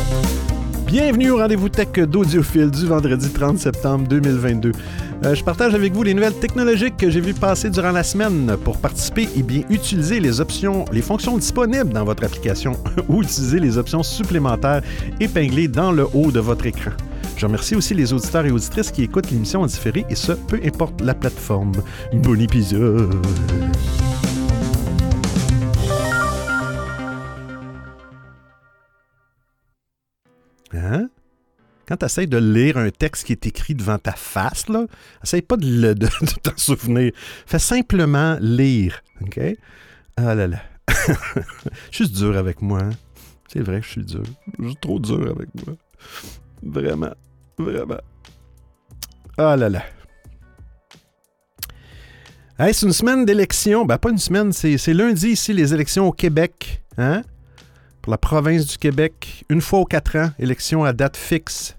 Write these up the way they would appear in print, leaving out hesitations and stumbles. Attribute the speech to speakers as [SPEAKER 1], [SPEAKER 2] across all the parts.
[SPEAKER 1] Bienvenue au rendez-vous tech d'Audiophile du vendredi 30 septembre 2022. Je partage avec vous les nouvelles technologiques que j'ai vues passer durant la semaine pour participer et bien utiliser les fonctions disponibles dans votre application ou utiliser les options supplémentaires épinglées dans le haut de votre écran. Je remercie aussi les auditeurs et auditrices qui écoutent l'émission en différé et ce, peu importe la plateforme. Bon épisode! Hein? Quand tu essaies de lire un texte qui est écrit devant ta face, là, essaye pas de t'en souvenir. Fais simplement lire. OK? Ah là là. Je suis dur avec moi. Hein? C'est vrai que je suis dur. Je suis trop dur avec moi. Vraiment. Vraiment. Ah là là. Hey, c'est une semaine d'élections. Ben, pas une semaine, c'est lundi ici, les élections au Québec. Hein? Pour la province du Québec, une fois aux 4 ans, élection à date fixe.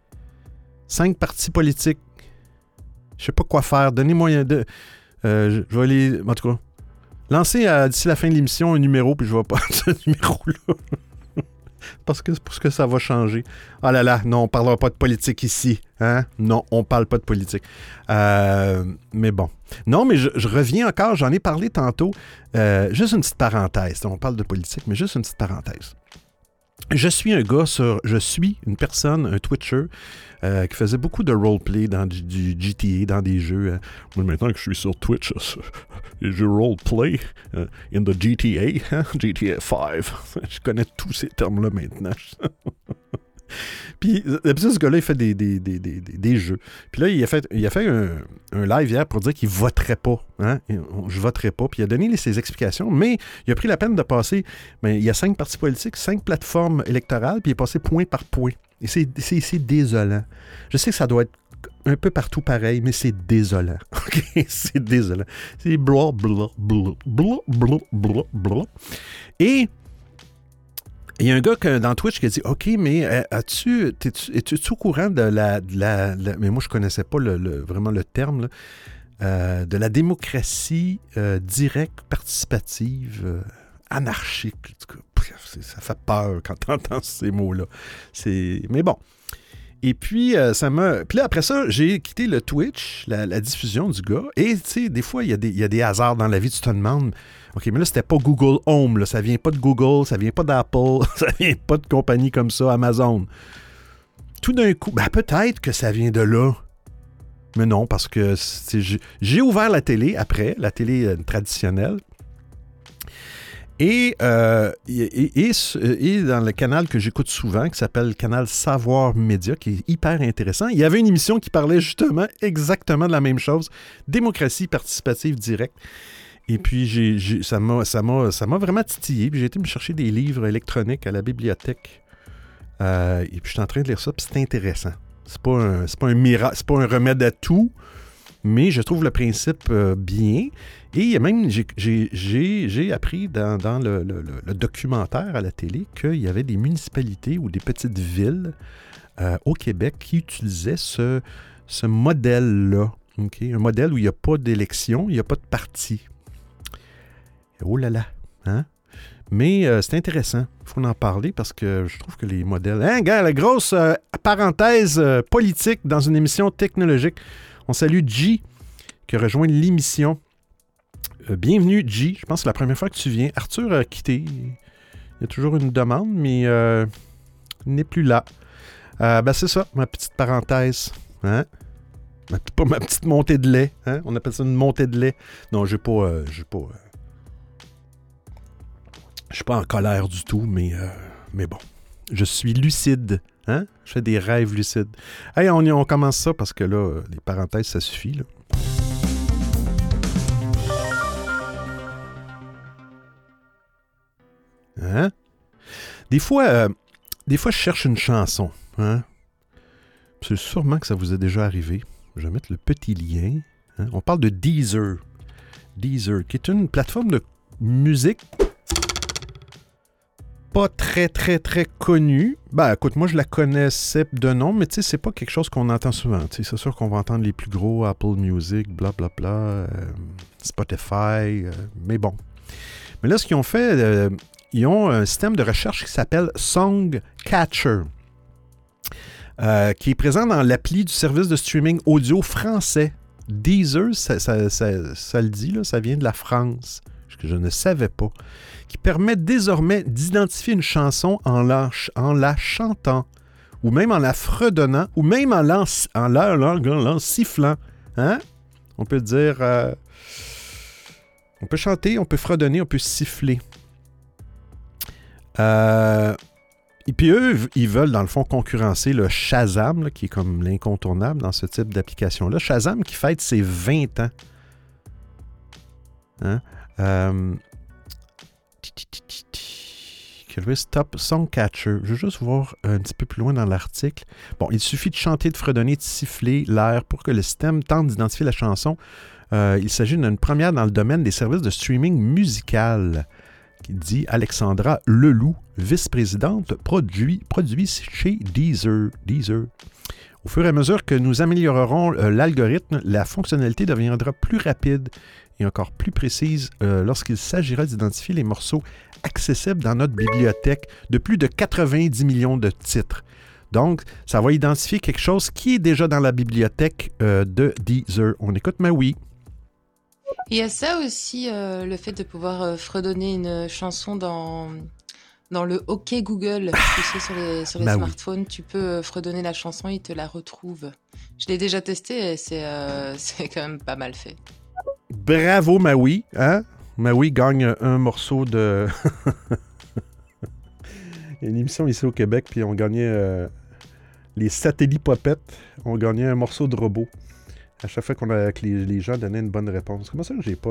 [SPEAKER 1] 5 partis politiques. Je sais pas quoi faire. Donnez-moi je vais aller... En tout cas, lancez d'ici la fin de l'émission un numéro, puis je vais pas ce numéro-là. Parce que ça va changer. Ah là là, non, on ne parlera pas de politique ici. Hein? Non, on ne parle pas de politique. Mais bon. Non, mais je reviens encore, j'en ai parlé tantôt. Juste une petite parenthèse. On parle de politique, mais juste une petite parenthèse. Je suis une personne, un Twitcher, qui faisait beaucoup de roleplay dans du GTA, dans des jeux. Moi, maintenant que je suis sur Twitch, je roleplay in the GTA, GTA 5. Je connais tous ces termes-là maintenant. Puis, d'habitude, ce gars-là, il fait des jeux. Puis là, il a fait un live hier pour dire qu'il voterait pas. Hein? Je voterais pas. Puis il a donné ses explications, mais il a pris la peine de passer... il y a 5 partis politiques, 5 plateformes électorales, puis il est passé point par point. Et c'est désolant. Je sais que ça doit être un peu partout pareil, mais c'est désolant. OK? C'est désolant. C'est bla, bla, bla, bla, bla, bla, bla. Et... il y a un gars dans Twitch qui a dit « OK, mais es-tu au courant de la mais moi, je ne connaissais pas vraiment le terme, là, de la démocratie directe, participative, anarchique. » En tout cas, ça fait peur quand tu entends ces mots-là. Mais bon. Et puis, Puis là, après ça, j'ai quitté le Twitch, la diffusion du gars. Et, tu sais, des fois, il y a des hasards dans la vie. Tu te demandes... OK, mais là, c'était pas Google Home. Là. Ça vient pas de Google, ça vient pas d'Apple, ça vient pas de compagnie comme ça, Amazon. Tout d'un coup, peut-être que ça vient de là. Mais non, parce que j'ai ouvert la télé après, la télé traditionnelle. Et dans le canal que j'écoute souvent, qui s'appelle le canal Savoir Média, qui est hyper intéressant, il y avait une émission qui parlait justement exactement de la même chose, démocratie participative directe. Et puis, ça m'a vraiment titillé. Puis j'ai été me chercher des livres électroniques à la bibliothèque. Et puis, je suis en train de lire ça, puis c'est intéressant. C'est pas un miracle, c'est pas un remède à tout, mais je trouve le principe bien. Et il y a même, j'ai appris dans le documentaire à la télé qu'il y avait des municipalités ou des petites villes au Québec qui utilisaient ce modèle-là. Okay? Un modèle où il n'y a pas d'élection, il n'y a pas de parti. Oh là là, hein? Mais c'est intéressant. Il faut en parler parce que je trouve que les modèles... Hein, gars, la grosse parenthèse politique dans une émission technologique. On salue G qui a rejoint l'émission. Bienvenue, G. Je pense que c'est la première fois que tu viens. Arthur a quitté. Il y a toujours une demande, mais il n'est plus là. C'est ça, ma petite parenthèse. Hein? Pas ma petite montée de lait. Hein? On appelle ça une montée de lait. Non, j'ai pas... Je suis pas en colère du tout, mais bon. Je suis lucide. Hein? Je fais des rêves lucides. Hey, on commence ça parce que là, les parenthèses, ça suffit. Là. Hein? Des fois, je cherche une chanson. Hein? C'est sûrement que ça vous est déjà arrivé. Je vais mettre le petit lien. Hein? On parle de Deezer. Deezer, qui est une plateforme de musique pas très, très, très connue. Écoute, moi, je la connaissais de nom, mais tu sais, c'est pas quelque chose qu'on entend souvent. Tu sais, c'est sûr qu'on va entendre les plus gros, Apple Music, blablabla, Spotify, mais bon. Mais là, ce qu'ils ont fait, ils ont un système de recherche qui s'appelle Songcatcher, qui est présent dans l'appli du service de streaming audio français. Deezer, ça le dit, là, ça vient de la France, que je ne savais pas, qui permet désormais d'identifier une chanson en la chantant, ou même en la fredonnant, ou même en la sifflant. Hein? On peut dire... on peut chanter, on peut fredonner, on peut siffler. Et puis eux, ils veulent dans le fond concurrencer le Shazam, là, qui est comme l'incontournable dans ce type d'application-là. Shazam qui fête ses 20 ans. Hein? Stop Songcatcher. Je vais juste voir un petit peu plus loin dans l'article. Bon, il suffit de chanter, de fredonner, de siffler l'air pour que le système tente d'identifier la chanson. Il s'agit d'une première dans le domaine des services de streaming musical, dit Alexandra Leloup, vice-présidente produit chez Deezer. Au fur et à mesure que nous améliorerons l'algorithme, la fonctionnalité deviendra plus rapide et encore plus précise lorsqu'il s'agira d'identifier les morceaux accessibles dans notre bibliothèque de plus de 90 millions de titres. Donc, ça va identifier quelque chose qui est déjà dans la bibliothèque de Deezer. On écoute Maui.
[SPEAKER 2] Il y a ça aussi, le fait de pouvoir fredonner une chanson dans le OK Google. Tu sais, sur les smartphones, tu peux fredonner la chanson, il te la retrouve. Je l'ai déjà testé et c'est quand même pas mal fait.
[SPEAKER 1] Bravo Maui, hein? Maui gagne un morceau de... Il y a une émission ici au Québec, puis on gagnait... les satellites popettes ont gagné un morceau de robot. À chaque fois que les gens donnaient une bonne réponse. Comment ça que j'ai pas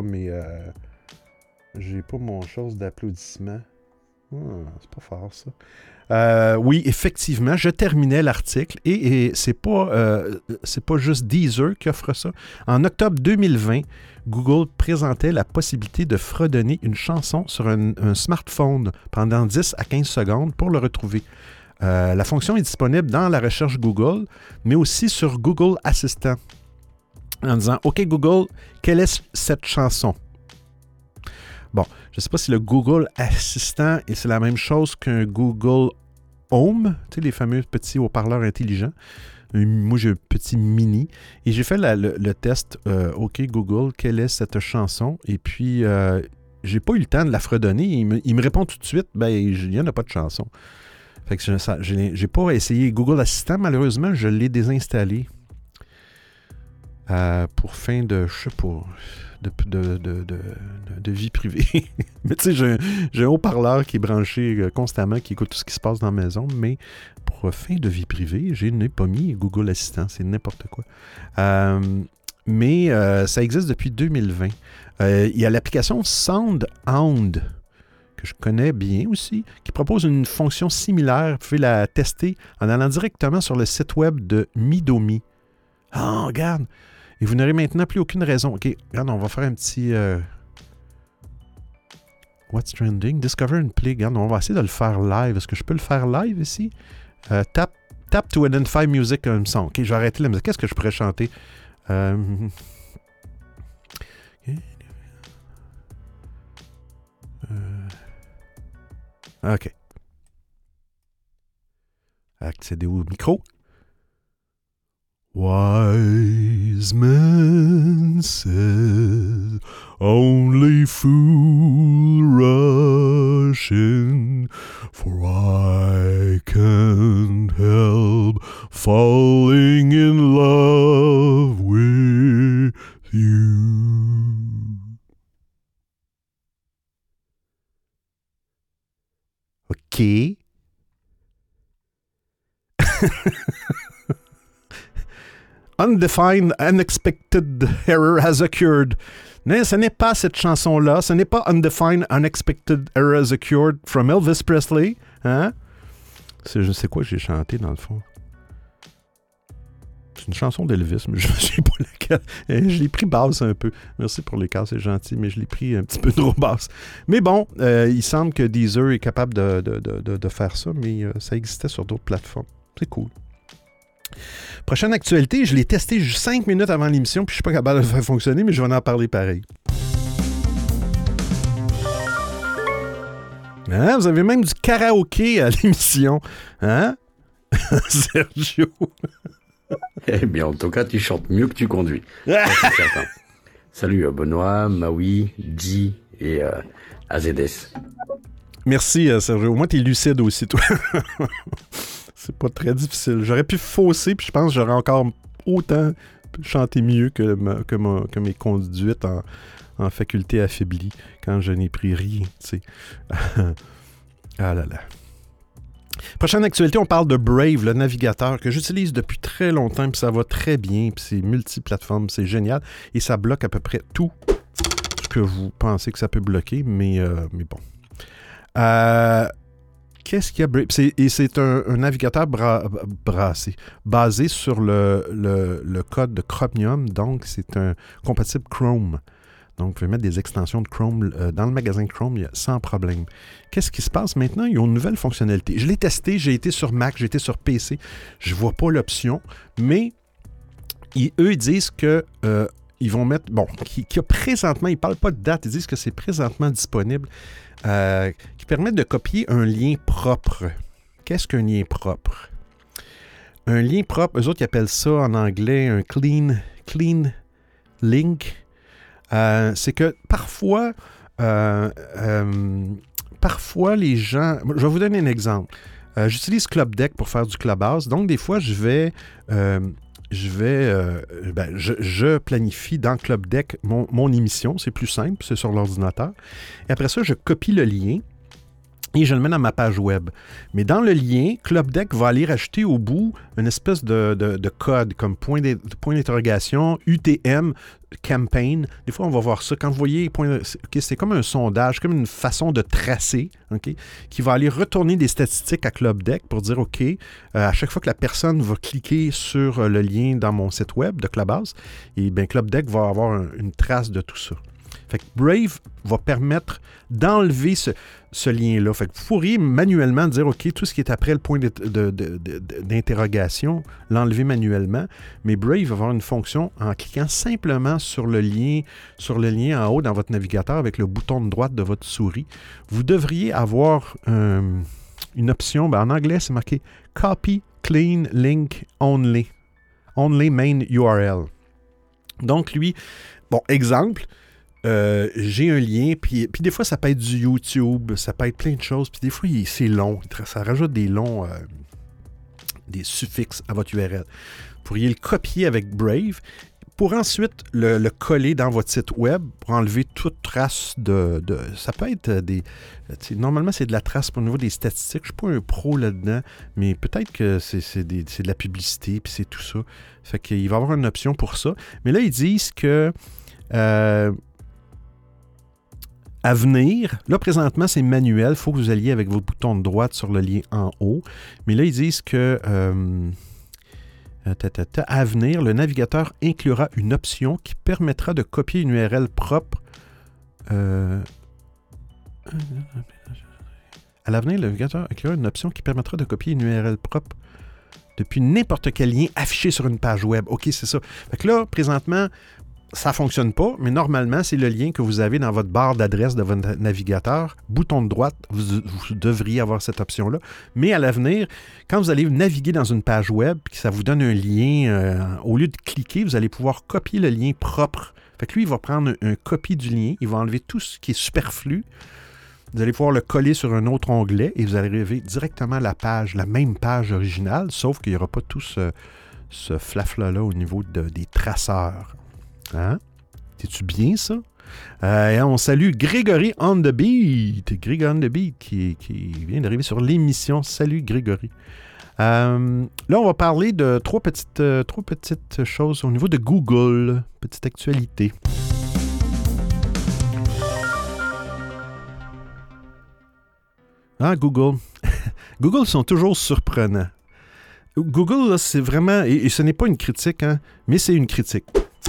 [SPEAKER 1] mon chose d'applaudissement? C'est pas fort, ça. Oui, effectivement, je terminais l'article et c'est pas juste Deezer qui offre ça. En octobre 2020, Google présentait la possibilité de fredonner une chanson sur un smartphone pendant 10 à 15 secondes pour le retrouver. La fonction est disponible dans la recherche Google, mais aussi sur Google Assistant. En disant « OK Google, quelle est cette chanson? » Bon, je ne sais pas si le Google Assistant, et c'est la même chose qu'un Google Home, tu sais, les fameux petits haut-parleurs intelligents. Moi, j'ai un petit mini. Et j'ai fait le test OK Google, quelle est cette chanson? Et puis, j'ai pas eu le temps de la fredonner. Il me répond tout de suite, ben, il n'y en a pas de chanson. Fait que j'ai pas essayé Google Assistant, malheureusement, je l'ai désinstallé. Pour fin de, je sais pas, de vie privée. Mais tu sais, j'ai un haut-parleur qui est branché constamment, qui écoute tout ce qui se passe dans la maison, mais pour fin de vie privée, je n'ai pas mis Google Assistant, c'est n'importe quoi. Mais ça existe depuis 2020. Il y a l'application SoundHound, que je connais bien aussi, qui propose une fonction similaire. Vous pouvez la tester en allant directement sur le site web de Midomi. Ah, regarde! Et vous n'aurez maintenant plus aucune raison. OK, regarde, on va faire un petit... What's trending? Discover and play. Regarde, on va essayer de le faire live. Est-ce que je peux le faire live ici? Tap to identify music on song. OK, je vais arrêter la musique. Qu'est-ce que je pourrais chanter? OK. Accéder au micro. Wise men said, only fool rush in, for I can't help falling in love with you. OK. Undefined, Unexpected Error has occurred. Mais ce n'est pas cette chanson-là. Ce n'est pas Undefined, Unexpected Error has occurred from Elvis Presley. Hein? Je sais quoi que j'ai chanté dans le fond. C'est une chanson d'Elvis, mais je ne sais pas laquelle. Je l'ai pris basse un peu. Merci pour les cas, c'est gentil, mais je l'ai pris un petit peu trop basse. Mais bon, il semble que Deezer est capable de faire ça, mais ça existait sur d'autres plateformes. C'est cool. Prochaine actualité, je l'ai testé juste 5 minutes avant l'émission, puis je suis pas capable de le faire fonctionner, mais je vais en parler pareil. Hein? Vous avez même du karaoké à l'émission. Hein? Sergio.
[SPEAKER 3] Eh bien, en tout cas, tu chantes mieux que tu conduis. Ça, c'est certain. Salut Benoît, Maui, G et AZS.
[SPEAKER 1] Merci, Sergio. Au moins, t'es lucide aussi, toi. C'est pas très difficile. J'aurais pu fausser, puis je pense que j'aurais encore autant chanté mieux que mes conduites en faculté affaiblie quand je n'ai pris rien, tu sais. Ah là là. Prochaine actualité, on parle de Brave, le navigateur que j'utilise depuis très longtemps, puis ça va très bien, puis c'est multiplateforme, c'est génial, et ça bloque à peu près tout ce que vous pensez que ça peut bloquer, mais bon. Qu'est-ce qu'il y a Brave? C'est un navigateur basé sur le code de Chromium, donc c'est un compatible Chrome. Donc, vous pouvez mettre des extensions de Chrome dans le magasin Chrome sans problème. Qu'est-ce qui se passe maintenant? Ils ont une nouvelle fonctionnalité. Je l'ai testé, j'ai été sur Mac, j'ai été sur PC. Je ne vois pas l'option, mais eux, ils disent que ils vont mettre... Bon, qui a présentement, ils ne parlent pas de date, ils disent que c'est présentement disponible, qui permet de copier un lien propre. Qu'est-ce qu'un lien propre? Un lien propre, eux autres, ils appellent ça en anglais un clean link. C'est que parfois les gens... Je vais vous donner un exemple. J'utilise Club Deck pour faire du Clubhouse. Donc, des fois, je planifie dans Club Deck mon émission. C'est plus simple, c'est sur l'ordinateur. Et après ça, je copie le lien et je le mets dans ma page web. Mais dans le lien, Club Deck va aller rajouter au bout une espèce de code comme point d'interrogation, UTM, campaign. Des fois, on va voir ça. Quand vous voyez, c'est comme un sondage, comme une façon de tracer, okay, qui va aller retourner des statistiques à Club Deck pour dire, OK, à chaque fois que la personne va cliquer sur le lien dans mon site web de Clubhouse, et bien, Club Deck va avoir une trace de tout ça. Fait que Brave va permettre d'enlever ce lien-là. Fait que vous pourriez manuellement dire, OK, tout ce qui est après le point d'interrogation, l'enlever manuellement. Mais Brave va avoir une fonction en cliquant simplement sur le lien en haut dans votre navigateur avec le bouton de droite de votre souris. Vous devriez avoir une option, en anglais, c'est marqué Copy Clean Link Only. Only Main URL. Donc, lui, bon, exemple... j'ai un lien, puis des fois, ça peut être du YouTube, ça peut être plein de choses, puis des fois, c'est long. Ça rajoute des des suffixes à votre URL. Vous pourriez le copier avec Brave pour ensuite le coller dans votre site web pour enlever toute trace de ça peut être normalement, c'est de la trace au niveau des statistiques. Je ne suis pas un pro là-dedans, mais peut-être que c'est de la publicité, puis c'est tout ça. Fait qu'il va y avoir une option pour ça. Mais là, ils disent que à venir, là présentement c'est manuel, il faut que vous alliez avec votre bouton de droite sur le lien en haut, mais là ils disent que à venir, le navigateur inclura une option qui permettra de copier une URL propre. À l'avenir, le navigateur inclura une option qui permettra de copier une URL propre depuis n'importe quel lien affiché sur une page web. OK, c'est ça. Fait que là, présentement, ça ne fonctionne pas, mais normalement, c'est le lien que vous avez dans votre barre d'adresse de votre navigateur. Bouton de droite, vous devriez avoir cette option-là. Mais à l'avenir, quand vous allez naviguer dans une page web et que ça vous donne un lien, au lieu de cliquer, vous allez pouvoir copier le lien propre. Fait que lui, il va prendre un copie du lien, il va enlever tout ce qui est superflu. Vous allez pouvoir le coller sur un autre onglet et vous allez arriver directement à la même page originale, sauf qu'il n'y aura pas tout ce flafla-là au niveau des traceurs. Hein? C'est-tu bien, ça? Et on salue Grégory on the beat. Grégory on the beat qui vient d'arriver sur l'émission. Salut, Grégory. Là, on va parler de trois petites choses au niveau de Google. Petite actualité. Ah, Google. Google sont toujours surprenants. Google, là, c'est vraiment... Et ce n'est pas une critique, hein, mais c'est une critique.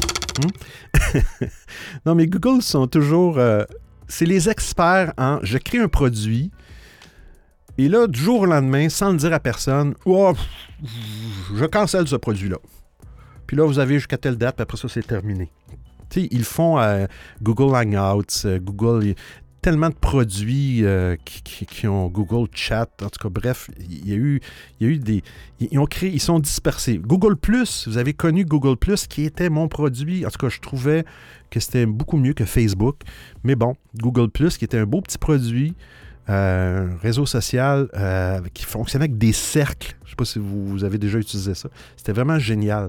[SPEAKER 1] Non, mais Google sont toujours... c'est les experts en... Je crée un produit, et là, du jour au lendemain, sans le dire à personne, oh, je cancelle ce produit-là. Puis là, vous avez jusqu'à telle date, puis après ça, c'est terminé. Tu sais, ils font Google Hangouts, Google... tellement de produits qui ont Google Chat. En tout cas, bref, il y a eu des... Ils sont dispersés. Google+, vous avez connu Google+, qui était mon produit. En tout cas, je trouvais que c'était beaucoup mieux que Facebook. Mais bon, Google+, qui était un beau petit produit, réseau social qui fonctionnait avec des cercles. Je ne sais pas si vous avez déjà utilisé ça. C'était vraiment génial.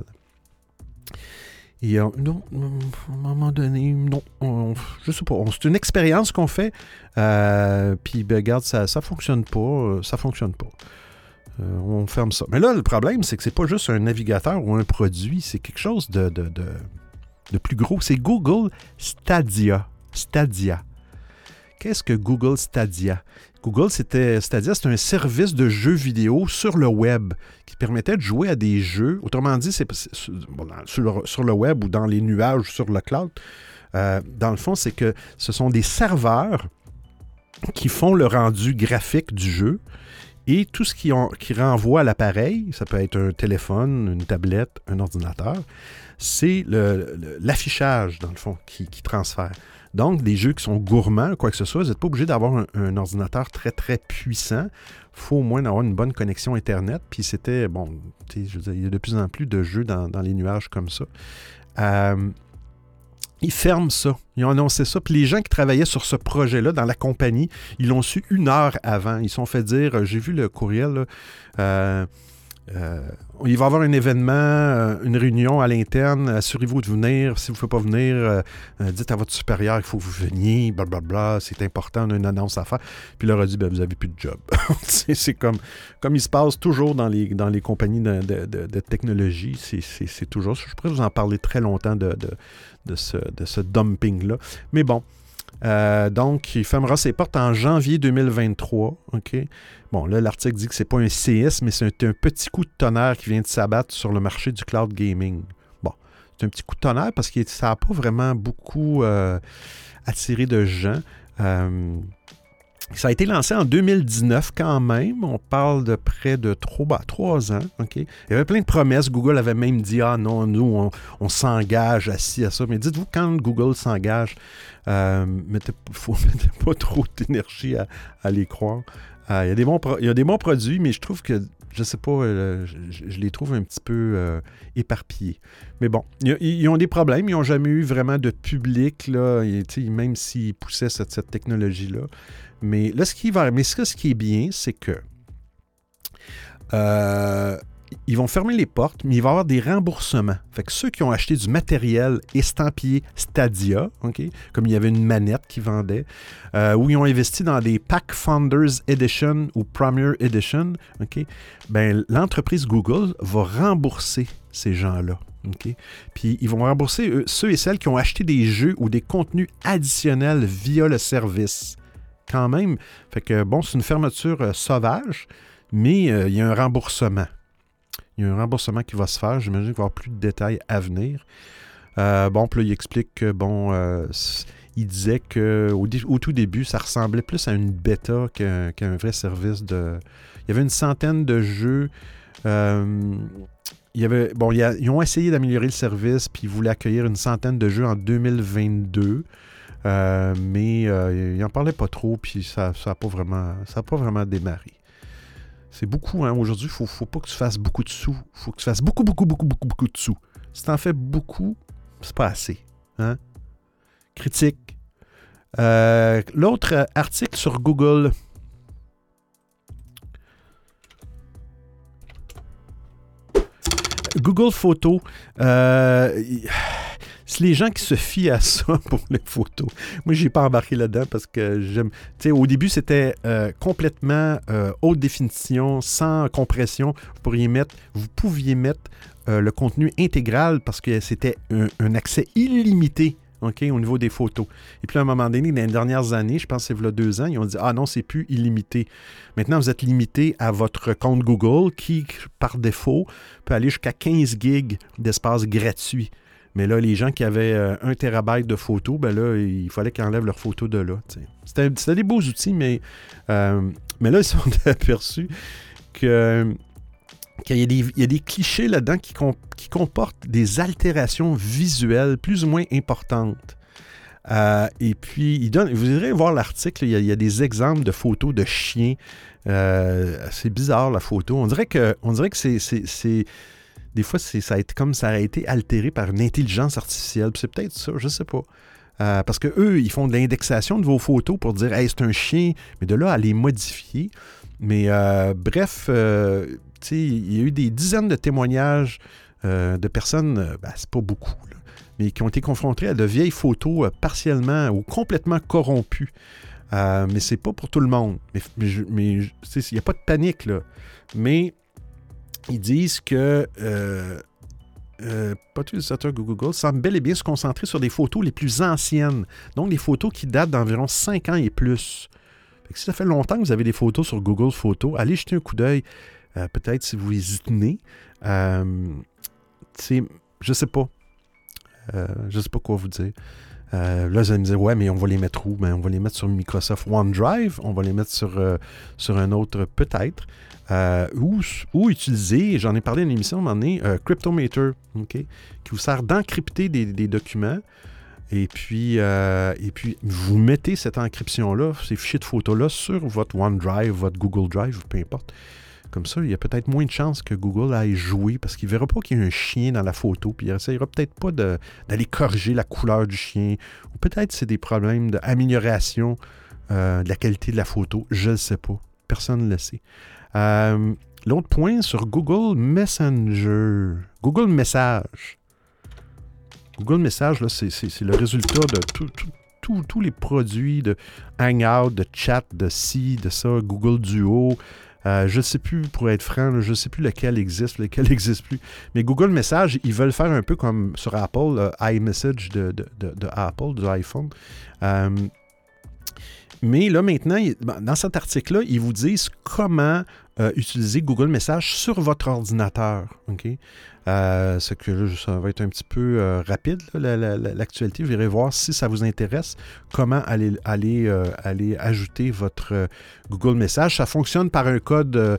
[SPEAKER 1] Et non, à un moment donné, non, je sais pas. C'est une expérience qu'on fait. Puis, ben, regarde, ça fonctionne pas. Ça fonctionne pas. On ferme ça. Mais là, le problème, c'est que c'est pas juste un navigateur ou un produit. C'est quelque chose de plus gros. C'est Google Stadia. Stadia. Qu'est-ce que Google Stadia? Google Stadia, c'est un service de jeux vidéo sur le web qui permettait de jouer à des jeux. Autrement dit, c'est sur le web ou dans les nuages, sur le cloud. Dans le fond, c'est que ce sont des serveurs qui font le rendu graphique du jeu et tout ce qui renvoie à l'appareil, ça peut être un téléphone, une tablette, un ordinateur, c'est l'affichage, dans le fond, qui transfère. Donc, des jeux qui sont gourmands, quoi que ce soit, vous n'êtes pas obligé d'avoir un ordinateur très, très puissant. Il faut au moins avoir une bonne connexion Internet. Puis c'était, bon, je veux dire, il y a de plus en plus de jeux dans les nuages comme ça. Ils ferment ça. Ils ont annoncé ça. Puis les gens qui travaillaient sur ce projet-là dans la compagnie, ils l'ont su 1 heure avant. Ils se sont fait dire, j'ai vu le courriel, là, il va y avoir un événement, une réunion à l'interne. Assurez-vous de venir. Si vous ne pouvez pas venir, dites à votre supérieur qu'il faut que vous veniez. Blablabla. C'est important. On a une annonce à faire. Puis il leur a dit, ben, vous n'avez plus de job. C'est comme il se passe toujours dans les compagnies de technologie. C'est toujours ça. Je pourrais vous en parler très longtemps de ce dumping-là. Mais bon. Donc, il fermera ses portes en janvier 2023. OK? Bon, là, l'article dit que c'est pas un séisme, mais c'est un petit coup de tonnerre qui vient de s'abattre sur le marché du cloud gaming. Bon, c'est un petit coup de tonnerre parce que ça n'a pas vraiment beaucoup attiré de gens. Ça a été lancé en 2019 quand même. On parle de près de 3 ans. Okay? Il y avait plein de promesses. Google avait même dit « Ah non, nous, on s'engage à ci, à ça. » Mais dites-vous, quand Google s'engage, mettez pas trop d'énergie à les croire. Il y a des bons produits, mais je trouve que, je sais pas, je les trouve un petit peu éparpillés. Mais bon, ils ont des problèmes. Ils n'ont jamais eu vraiment de public, là, même s'ils poussaient cette technologie-là. Mais là, ce qui est bien, c'est que ils vont fermer les portes, mais il va y avoir des remboursements. Fait que ceux qui ont acheté du matériel estampillé Stadia, okay, comme il y avait une manette qui vendait, ou ils ont investi dans des Pack Founders Edition ou Premier Edition, okay, ben, l'entreprise Google va rembourser ces gens-là. Okay? Puis ils vont rembourser ceux et celles qui ont acheté des jeux ou des contenus additionnels via le service. Quand même. Fait que, bon, c'est une fermeture sauvage, mais il y a un remboursement. Il y a un remboursement qui va se faire. J'imagine qu'il va y avoir plus de détails à venir. Bon, puis là, il explique que, bon, il disait qu'au tout début, ça ressemblait plus à une bêta qu'un vrai service de... Il y avait une centaine de jeux. Ils ont essayé d'améliorer le service, puis ils voulaient accueillir une centaine de jeux en 2022. Mais il n'en parlait pas trop, puis ça n'a pas vraiment démarré. C'est beaucoup, hein. Aujourd'hui, il ne faut pas que tu fasses beaucoup de sous. Il faut que tu fasses beaucoup de sous. Si tu en fais beaucoup, c'est pas assez. Hein? Critique. L'autre article sur Google. Google Photos. C'est les gens qui se fient à ça pour les photos. Moi, je n'ai pas embarqué là-dedans parce que j'aime... Tu sais, au début, c'était complètement haute définition, sans compression. Vous pouviez mettre le contenu intégral parce que c'était un accès illimité, okay, au niveau des photos. Et puis, à un moment donné, dans les dernières années, je pense que c'est il y a 2 ans, ils ont dit « Ah non, c'est plus illimité. » Maintenant, vous êtes limité à votre compte Google qui, par défaut, peut aller jusqu'à 15 gigs d'espace gratuit. Mais là, les gens qui avaient 1 terabyte de photos, ben là, il fallait qu'ils enlèvent leurs photos de là. C'était des beaux outils, mais là, ils se sont aperçus qu'il y a des clichés là-dedans qui comportent des altérations visuelles plus ou moins importantes. Et puis, vous irez voir l'article, il y a des exemples de photos de chiens. C'est bizarre, la photo. On dirait que c'est des fois, ça a été comme ça a été altéré par une intelligence artificielle. Puis c'est peut-être ça, je ne sais pas. Parce qu'eux, ils font de l'indexation de vos photos pour dire « Hey, c'est un chien », mais de là à les modifier. Mais bref, il y a eu des dizaines de témoignages de personnes, c'est pas beaucoup, là, mais qui ont été confrontées à de vieilles photos partiellement ou complètement corrompues. Mais c'est pas pour tout le monde. Mais il n'y a pas de panique, là. Mais ils disent que pas utilisateur Google semble bel et bien se concentrer sur des photos les plus anciennes. Donc, des photos qui datent d'environ 5 ans et plus. Fait que si ça fait longtemps que vous avez des photos sur Google Photos, allez jeter un coup d'œil. Peut-être si vous y tenez. Je sais pas. Je sais pas quoi vous dire. Là, vous allez me dire, ouais, mais on va les mettre où? Ben, on va les mettre sur Microsoft OneDrive. On va les mettre sur un autre, peut-être. Ou utiliser, j'en ai parlé dans l'émission à un moment donné, Cryptomator, qui vous sert d'encrypter des documents. Et puis, vous mettez cette encryption-là, ces fichiers de photos-là, sur votre OneDrive, votre Google Drive, peu importe. Comme ça, il y a peut-être moins de chances que Google aille jouer parce qu'il ne verra pas qu'il y a un chien dans la photo, puis il n'essayera peut-être pas d'aller corriger la couleur du chien. Ou peut-être c'est des problèmes d'amélioration de la qualité de la photo. Je ne sais pas. Personne ne le sait. L'autre point sur Google Messenger. Google Message. Google Message, là, c'est le résultat de tous les produits de Hangout, de chat, de ci, de ça, Google Duo. Je ne sais plus, pour être franc, je ne sais plus lequel n'existe plus. Mais Google Message, ils veulent faire un peu comme sur Apple, iMessage de Apple, de l'iPhone. Mais là, maintenant, dans cet article-là, ils vous disent comment utiliser Google Message sur votre ordinateur. OK? Ce que là, ça va être un petit peu rapide, là, l'actualité. Vous irez voir si ça vous intéresse, comment aller ajouter votre Google Message. Ça fonctionne par un code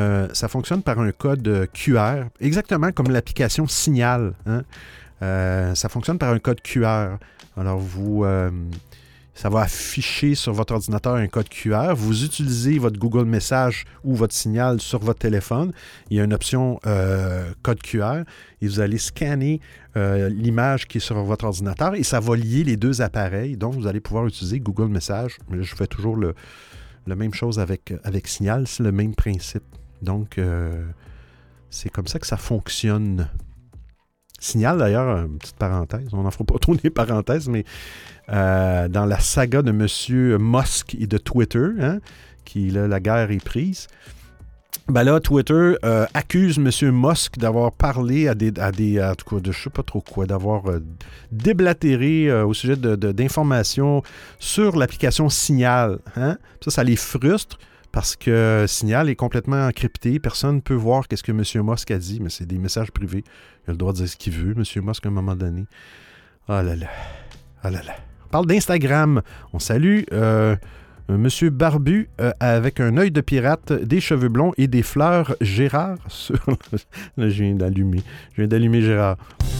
[SPEAKER 1] QR, exactement comme l'application Signal. Hein? Ça fonctionne par un code QR. Alors, ça va afficher sur votre ordinateur un code QR. Vous utilisez votre Google Message ou votre Signal sur votre téléphone. Il y a une option code QR et vous allez scanner l'image qui est sur votre ordinateur et ça va lier les deux appareils. Donc, vous allez pouvoir utiliser Google Message. Mais je fais toujours la même chose avec Signal. C'est le même principe. Donc, c'est comme ça que ça fonctionne. Signal, d'ailleurs, une petite parenthèse, on n'en fera pas trop des parenthèses, mais dans la saga de M. Musk et de Twitter, qui, là, la guerre est prise, ben là, Twitter accuse M. Musk d'avoir parlé à des en tout cas, je ne sais pas trop quoi, d'avoir déblatéré au sujet d'informations sur l'application Signal. Hein? Ça les frustre. Parce que Signal est complètement encrypté. Personne ne peut voir ce que M. Musk a dit, mais c'est des messages privés. Il a le droit de dire ce qu'il veut, M. Musk, à un moment donné. Oh là là. Oh là là. On parle d'Instagram. On salue M. Barbu avec un œil de pirate, des cheveux blonds et des fleurs Gérard. Là, je viens d'allumer Gérard.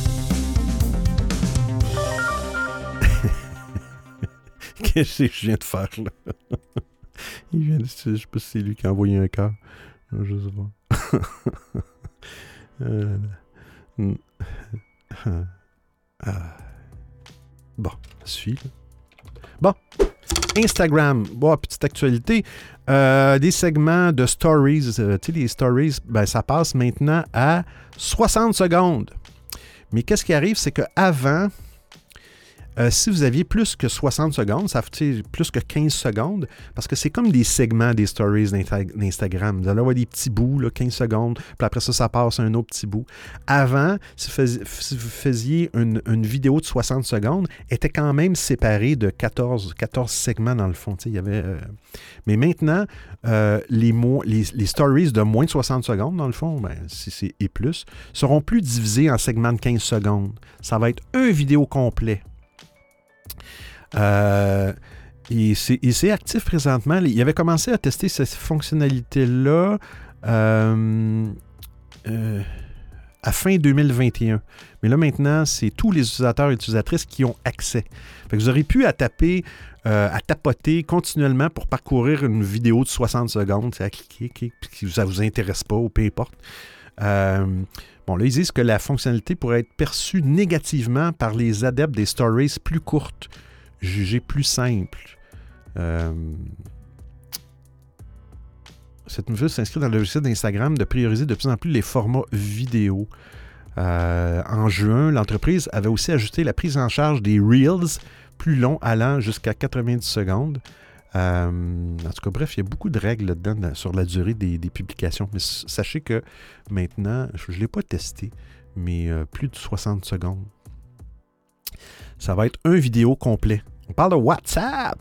[SPEAKER 1] Qu'est-ce que je viens de faire, là? Je ne sais pas si c'est lui qui a envoyé un cœur. Je sais pas. Bon, suis. Bon, Instagram. Bon, petite actualité. Des segments de stories. Tu sais, les stories, ben, ça passe maintenant à 60 secondes. Mais qu'est-ce qui arrive, c'est qu'avant, si vous aviez plus que 60 secondes, ça fait plus que 15 secondes, parce que c'est comme des segments des stories d'Instagram. Vous allez avoir des petits bouts, là, 15 secondes, puis après ça passe à un autre petit bout. Avant, si vous faisiez une vidéo de 60 secondes, elle était quand même séparée de 14 segments dans le fond. Il y avait, mais maintenant, les stories de moins de 60 secondes, dans le fond, ben, et plus, seront plus divisés en segments de 15 secondes. Ça va être une vidéo complète. Et c'est actif présentement. Il avait commencé à tester cette fonctionnalité-là à fin 2021. Mais là, maintenant, c'est tous les utilisateurs et utilisatrices qui ont accès. Fait que vous aurez pu à tapoter continuellement pour parcourir une vidéo de 60 secondes, c'est à cliquer, puis ça ne vous intéresse pas ou peu importe. Bon, là, ils disent que la fonctionnalité pourrait être perçue négativement par les adeptes des stories plus courtes, jugées plus simples. Cette nouvelle s'inscrit dans le logiciel d'Instagram de prioriser de plus en plus les formats vidéo. En juin, l'entreprise avait aussi ajouté la prise en charge des Reels plus longs allant jusqu'à 90 secondes. En tout cas, bref, il y a beaucoup de règles là-dedans sur la durée des publications. Mais sachez que maintenant, je ne l'ai pas testé, mais plus de 60 secondes. Ça va être un vidéo complet. On parle de WhatsApp.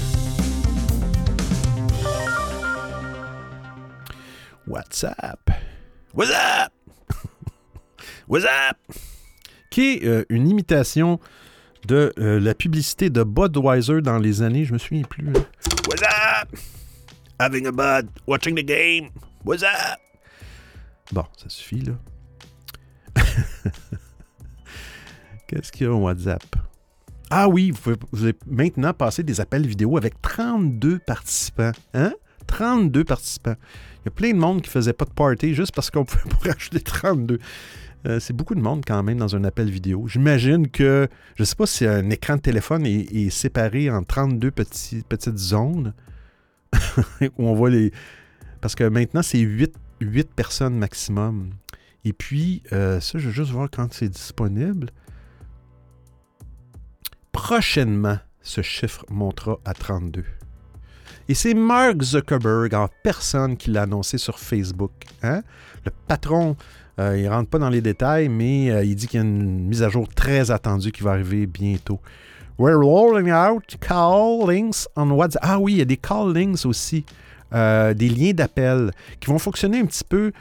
[SPEAKER 1] WhatsApp. WhatsApp! WhatsApp! Qui est une imitation de la publicité de Budweiser dans les années, je me souviens plus. WhatsApp! Having a bud, watching the game. WhatsApp! Bon, ça suffit, là. Qu'est-ce qu'il y a au WhatsApp? Ah oui, vous pouvez maintenant passer des appels vidéo avec 32 participants. Hein? 32 participants. Il y a plein de monde qui ne faisait pas de party juste parce qu'on pouvait pas rajouter 32. C'est beaucoup de monde quand même dans un appel vidéo. J'imagine que, je ne sais pas si un écran de téléphone est séparé en 32 petites zones où on voit les... Parce que maintenant, c'est 8 personnes maximum. Et puis, ça, je vais juste voir quand c'est disponible. Prochainement, ce chiffre montera à 32. Et c'est Mark Zuckerberg en personne qui l'a annoncé sur Facebook. Hein? Le patron, il ne rentre pas dans les détails, mais il dit qu'il y a une mise à jour très attendue qui va arriver bientôt. We're rolling out call links on WhatsApp. Ah oui, il y a des call links aussi, des liens d'appel qui vont fonctionner un petit peu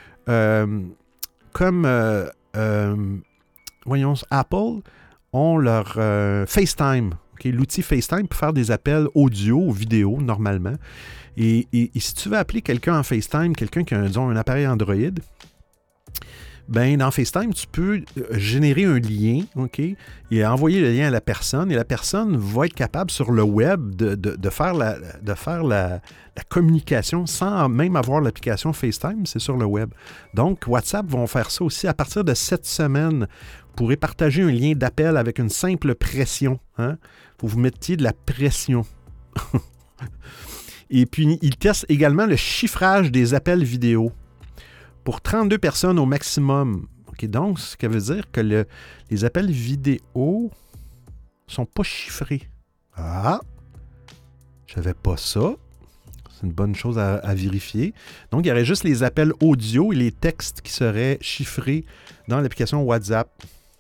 [SPEAKER 1] comme, voyons, Apple ont leur FaceTime. Okay, l'outil FaceTime peut faire des appels audio ou vidéo, normalement. Et si tu veux appeler quelqu'un en FaceTime, quelqu'un qui a un appareil Android, ben dans FaceTime, tu peux générer un lien, OK, et envoyer le lien à la personne, et la personne va être capable sur le web de faire la communication sans même avoir l'application FaceTime, c'est sur le web. Donc, WhatsApp vont faire ça aussi à partir de cette semaine. Vous pourrez partager un lien d'appel avec une simple pression. Hein? Faut que vous mettiez de la pression. Et puis, ils testent également le chiffrage des appels vidéo pour 32 personnes au maximum. Okay, donc, ce qui veut dire que les appels vidéo sont pas chiffrés. Ah! Je savais pas ça. C'est une bonne chose à vérifier. Donc, il y aurait juste les appels audio et les textes qui seraient chiffrés dans l'application WhatsApp.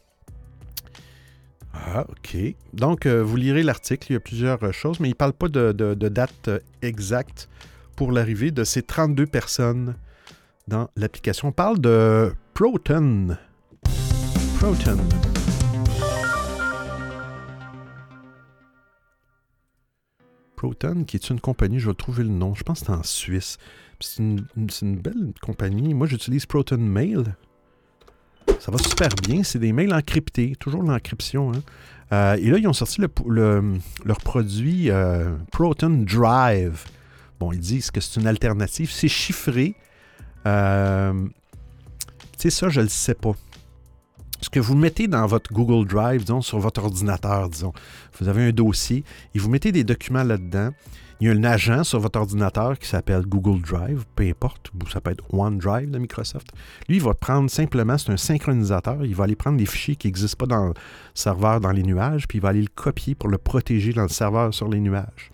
[SPEAKER 1] Ah, OK. Donc, vous lirez l'article. Il y a plusieurs choses, mais il ne parle pas de date exacte pour l'arrivée de ces 32 personnes dans l'application. On parle de Proton. Proton. Proton, qui est une compagnie, je vais trouver le nom. Je pense que c'est en Suisse. C'est une belle compagnie. Moi, j'utilise Proton Mail. Ça va super bien. C'est des mails encryptés. Toujours l'encryption. Hein. Et là, ils ont sorti leur produit Proton Drive. Bon, ils disent que c'est une alternative. C'est chiffré. Tu sais, ça, je ne le sais pas. Ce que vous mettez dans votre Google Drive, disons, sur votre ordinateur, disons, vous avez un dossier et vous mettez des documents là-dedans. Il y a un agent sur votre ordinateur qui s'appelle Google Drive, peu importe, ou ça peut être OneDrive de Microsoft. Lui, il va prendre simplement, c'est un synchronisateur, il va aller prendre des fichiers qui n'existent pas dans le serveur dans les nuages, puis il va aller le copier pour le protéger dans le serveur sur les nuages.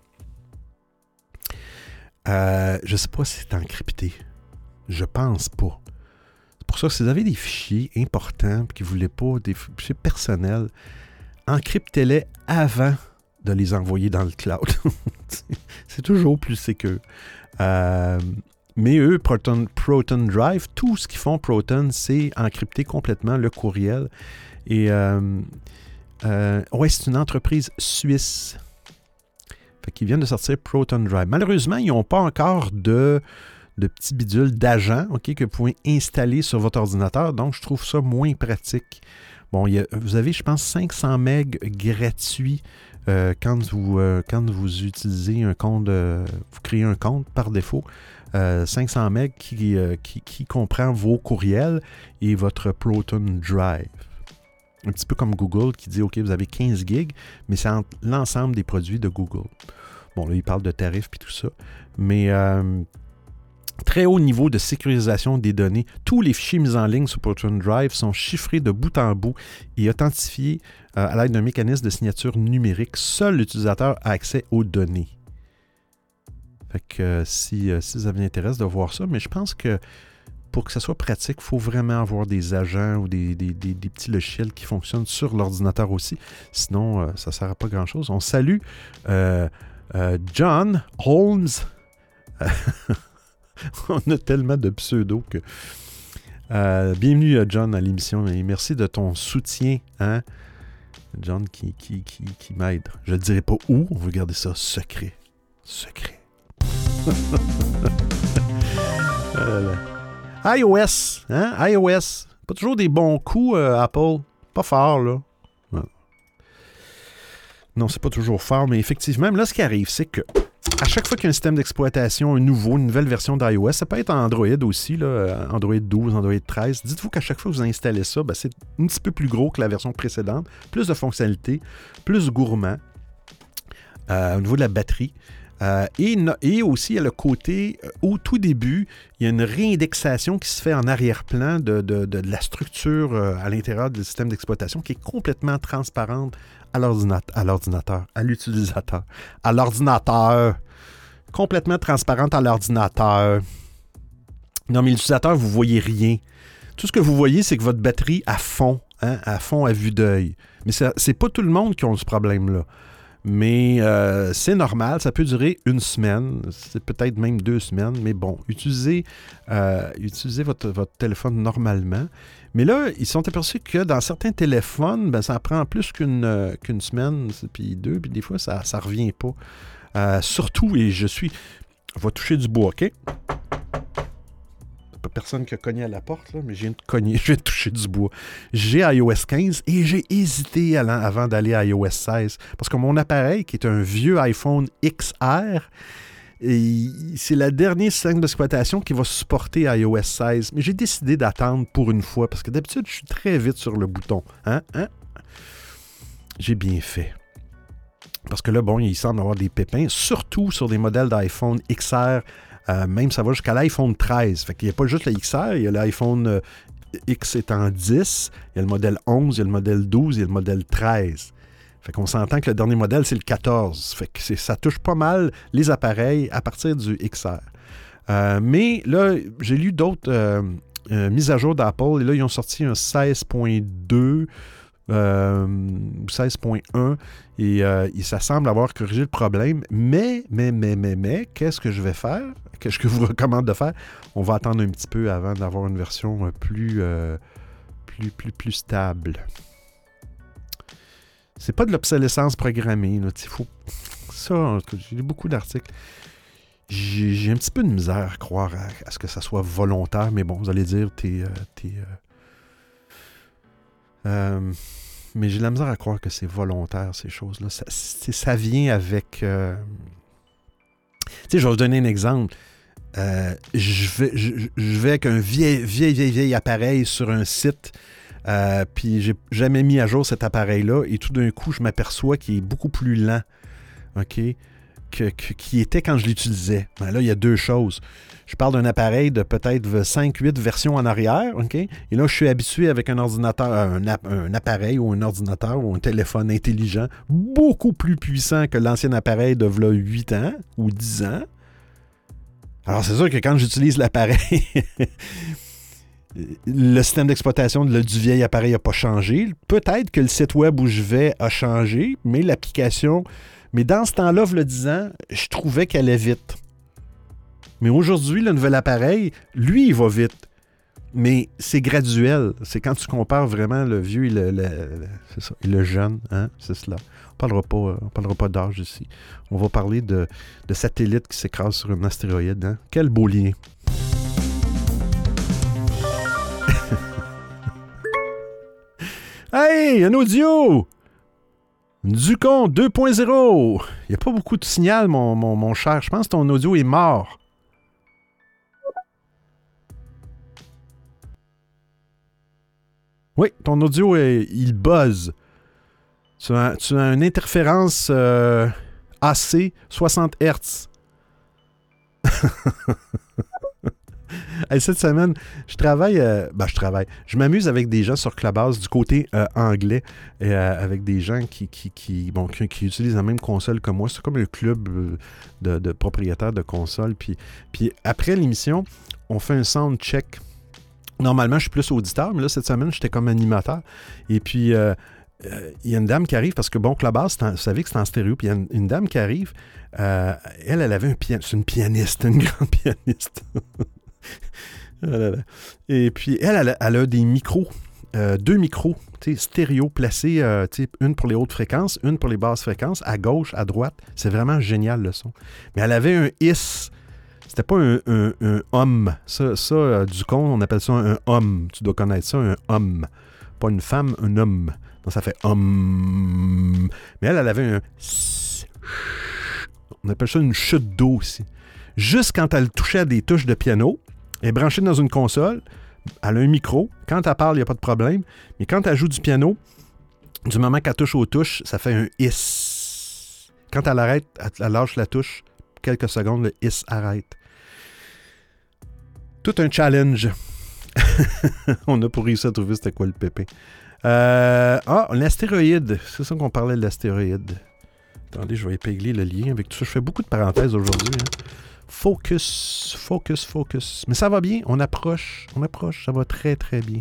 [SPEAKER 1] Je ne sais pas si c'est encrypté. Je pense pas. C'est pour ça que si vous avez des fichiers importants et que vous ne voulez pas, des fichiers personnels, encryptez-les avant de les envoyer dans le cloud. C'est toujours plus sécure. Mais eux, Proton Drive, tout ce qu'ils font Proton, c'est encrypter complètement le courriel. Et ouais, c'est une entreprise suisse. Fait qu'ils viennent de sortir Proton Drive. Malheureusement, ils n'ont pas encore de de petits bidules d'agents, OK, que vous pouvez installer sur votre ordinateur. Donc, je trouve ça moins pratique. Bon, vous avez, je pense, 500 MB gratuits quand vous utilisez un compte, vous créez un compte par défaut. 500 MB qui comprend vos courriels et votre Proton Drive. Un petit peu comme Google qui dit, OK, vous avez 15 gigs, mais c'est l'ensemble des produits de Google. Bon, là, il parle de tarifs et tout ça. Mais très haut niveau de sécurisation des données. Tous les fichiers mis en ligne sur Proton Drive sont chiffrés de bout en bout et authentifiés à l'aide d'un mécanisme de signature numérique. Seul l'utilisateur a accès aux données. Fait que si ça vous intéresse de voir ça, mais je pense que pour que ça soit pratique, il faut vraiment avoir des agents ou des petits logiciels qui fonctionnent sur l'ordinateur aussi. Sinon, ça ne sert à pas grand-chose. On salue John Holmes. On a tellement de pseudos que... bienvenue, John, à l'émission et merci de ton soutien. Hein? John qui m'aide. Je ne dirai pas où. On va garder ça secret. Secret. iOS, hein? iOS. Pas toujours des bons coups, Apple. Pas fort, là. Non, c'est pas toujours fort, mais effectivement, là, ce qui arrive, c'est que à chaque fois qu'il y a un système d'exploitation, une nouvelle version d'iOS, ça peut être Android aussi, là, Android 12, Android 13, dites-vous qu'à chaque fois que vous installez ça, ben, c'est un petit peu plus gros que la version précédente, plus de fonctionnalités, plus gourmand au niveau de la batterie. Et aussi, il y a le côté, au tout début, il y a une réindexation qui se fait en arrière-plan de la structure à l'intérieur du système d'exploitation qui est complètement transparente à l'ordinateur, à l'utilisateur, à l'ordinateur, complètement transparente à l'ordinateur. Non, mais l'utilisateur, vous ne voyez rien. Tout ce que vous voyez, c'est que votre batterie à fond à vue d'œil. Mais c'est pas tout le monde qui a ce problème-là. Mais c'est normal, ça peut durer une semaine, c'est peut-être même 2 semaines, mais bon, utilisez votre téléphone normalement. Mais là, ils sont aperçus que dans certains téléphones, ben, ça prend plus qu'une semaine, puis 2, puis des fois, ça ne revient pas. Surtout, et je vais toucher du bois, OK? Pas personne qui a cogné à la porte, là, mais je viens de toucher du bois. J'ai iOS 15 et j'ai hésité avant d'aller à iOS 16 parce que mon appareil, qui est un vieux iPhone XR, c'est le dernier système d'exploitation qui va supporter iOS 16. Mais j'ai décidé d'attendre pour une fois parce que d'habitude, je suis très vite sur le bouton. Hein? J'ai bien fait. Parce que là, bon, il semble avoir des pépins, surtout sur des modèles d'iPhone XR. Même ça va jusqu'à l'iPhone 13. Fait qu'il n'y a pas juste le XR, il y a l'iPhone X étant 10, il y a le modèle 11, il y a le modèle 12, il y a le modèle 13. Fait qu'on s'entend que le dernier modèle, c'est le 14. Fait que ça touche pas mal les appareils à partir du XR. Mais là, j'ai lu d'autres mises à jour d'Apple et là, ils ont sorti un 16.2 ou 16.1 et ça semble avoir corrigé le problème. Mais, qu'est-ce que je vais faire? Qu'est-ce que je vous recommande de faire? On va attendre un petit peu avant d'avoir une version plus stable. C'est pas de l'obsolescence programmée. Là. Ça, j'ai lu beaucoup d'articles. J'ai un petit peu de misère à croire à ce que ça soit volontaire, mais bon, vous allez dire, mais j'ai de la misère à croire que c'est volontaire, ces choses-là. Ça vient avec... Tu sais, je vais vous donner un exemple. Je vais avec un vieil appareil sur un site, puis j'ai jamais mis à jour cet appareil-là, et tout d'un coup, je m'aperçois qu'il est beaucoup plus lent, OK, qu'il était quand je l'utilisais. Ben là, il y a deux choses. Je parle d'un appareil de peut-être 5-8 versions en arrière, OK? Et là, je suis habitué avec un ordinateur, un appareil ou un ordinateur ou un téléphone intelligent beaucoup plus puissant que l'ancien appareil de 8 ans ou 10 ans. Alors, c'est sûr que quand j'utilise l'appareil, le système d'exploitation du vieil appareil n'a pas changé. Peut-être que le site web où je vais a changé, mais l'application... Mais dans ce temps-là, le 10 ans, je trouvais qu'elle allait vite. Mais aujourd'hui, le nouvel appareil, lui, il va vite. Mais c'est graduel. C'est quand tu compares vraiment le vieux et le jeune. Hein? C'est cela. On ne parlera pas d'âge ici. On va parler de satellites qui s'écrasent sur un astéroïde. Hein? Quel beau lien. Hey, un audio! Ducon 2.0. Il n'y a pas beaucoup de signal, mon cher. Je pense que ton audio est mort. Oui, ton audio, il buzz. Tu as une interférence AC 60 Hz. Hey, cette semaine, je travaille. Je m'amuse avec des gens sur Clubhouse du côté anglais, avec des gens qui utilisent la même console que moi. C'est comme un club de propriétaires de consoles. Puis après l'émission, on fait un sound check. Normalement, je suis plus auditeur, mais là, cette semaine, j'étais comme animateur. Et puis, il y a une dame qui arrive, parce que Clubhouse, vous savez que c'est en stéréo, puis il y a une dame qui arrive. Elle avait un piano. C'est une pianiste, une grande pianiste. Et puis, elle a des micros, 2 micros, stéréo placés, une pour les hautes fréquences, une pour les basses fréquences, à gauche, à droite. C'est vraiment génial, le son. Mais elle avait un is. C'était pas un homme. Ça du con, on appelle ça un homme. Tu dois connaître ça, un homme. Pas une femme, un homme. Donc, ça fait homme. Mais elle avait un... On appelle ça une chute d'eau aussi. Juste quand elle touchait à des touches de piano, elle est branchée dans une console, elle a un micro. Quand elle parle, il n'y a pas de problème. Mais quand elle joue du piano, du moment qu'elle touche aux touches, ça fait un hiss. Quand elle arrête, elle lâche la touche. Quelques secondes, le hiss arrête. Tout un challenge. On a pour réussir à trouver c'était quoi le pépé. L'astéroïde. C'est ça qu'on parlait de l'astéroïde. Attendez, je vais épingler le lien avec tout ça. Je fais beaucoup de parenthèses aujourd'hui. Focus. Mais ça va bien. On approche. Ça va très, très bien.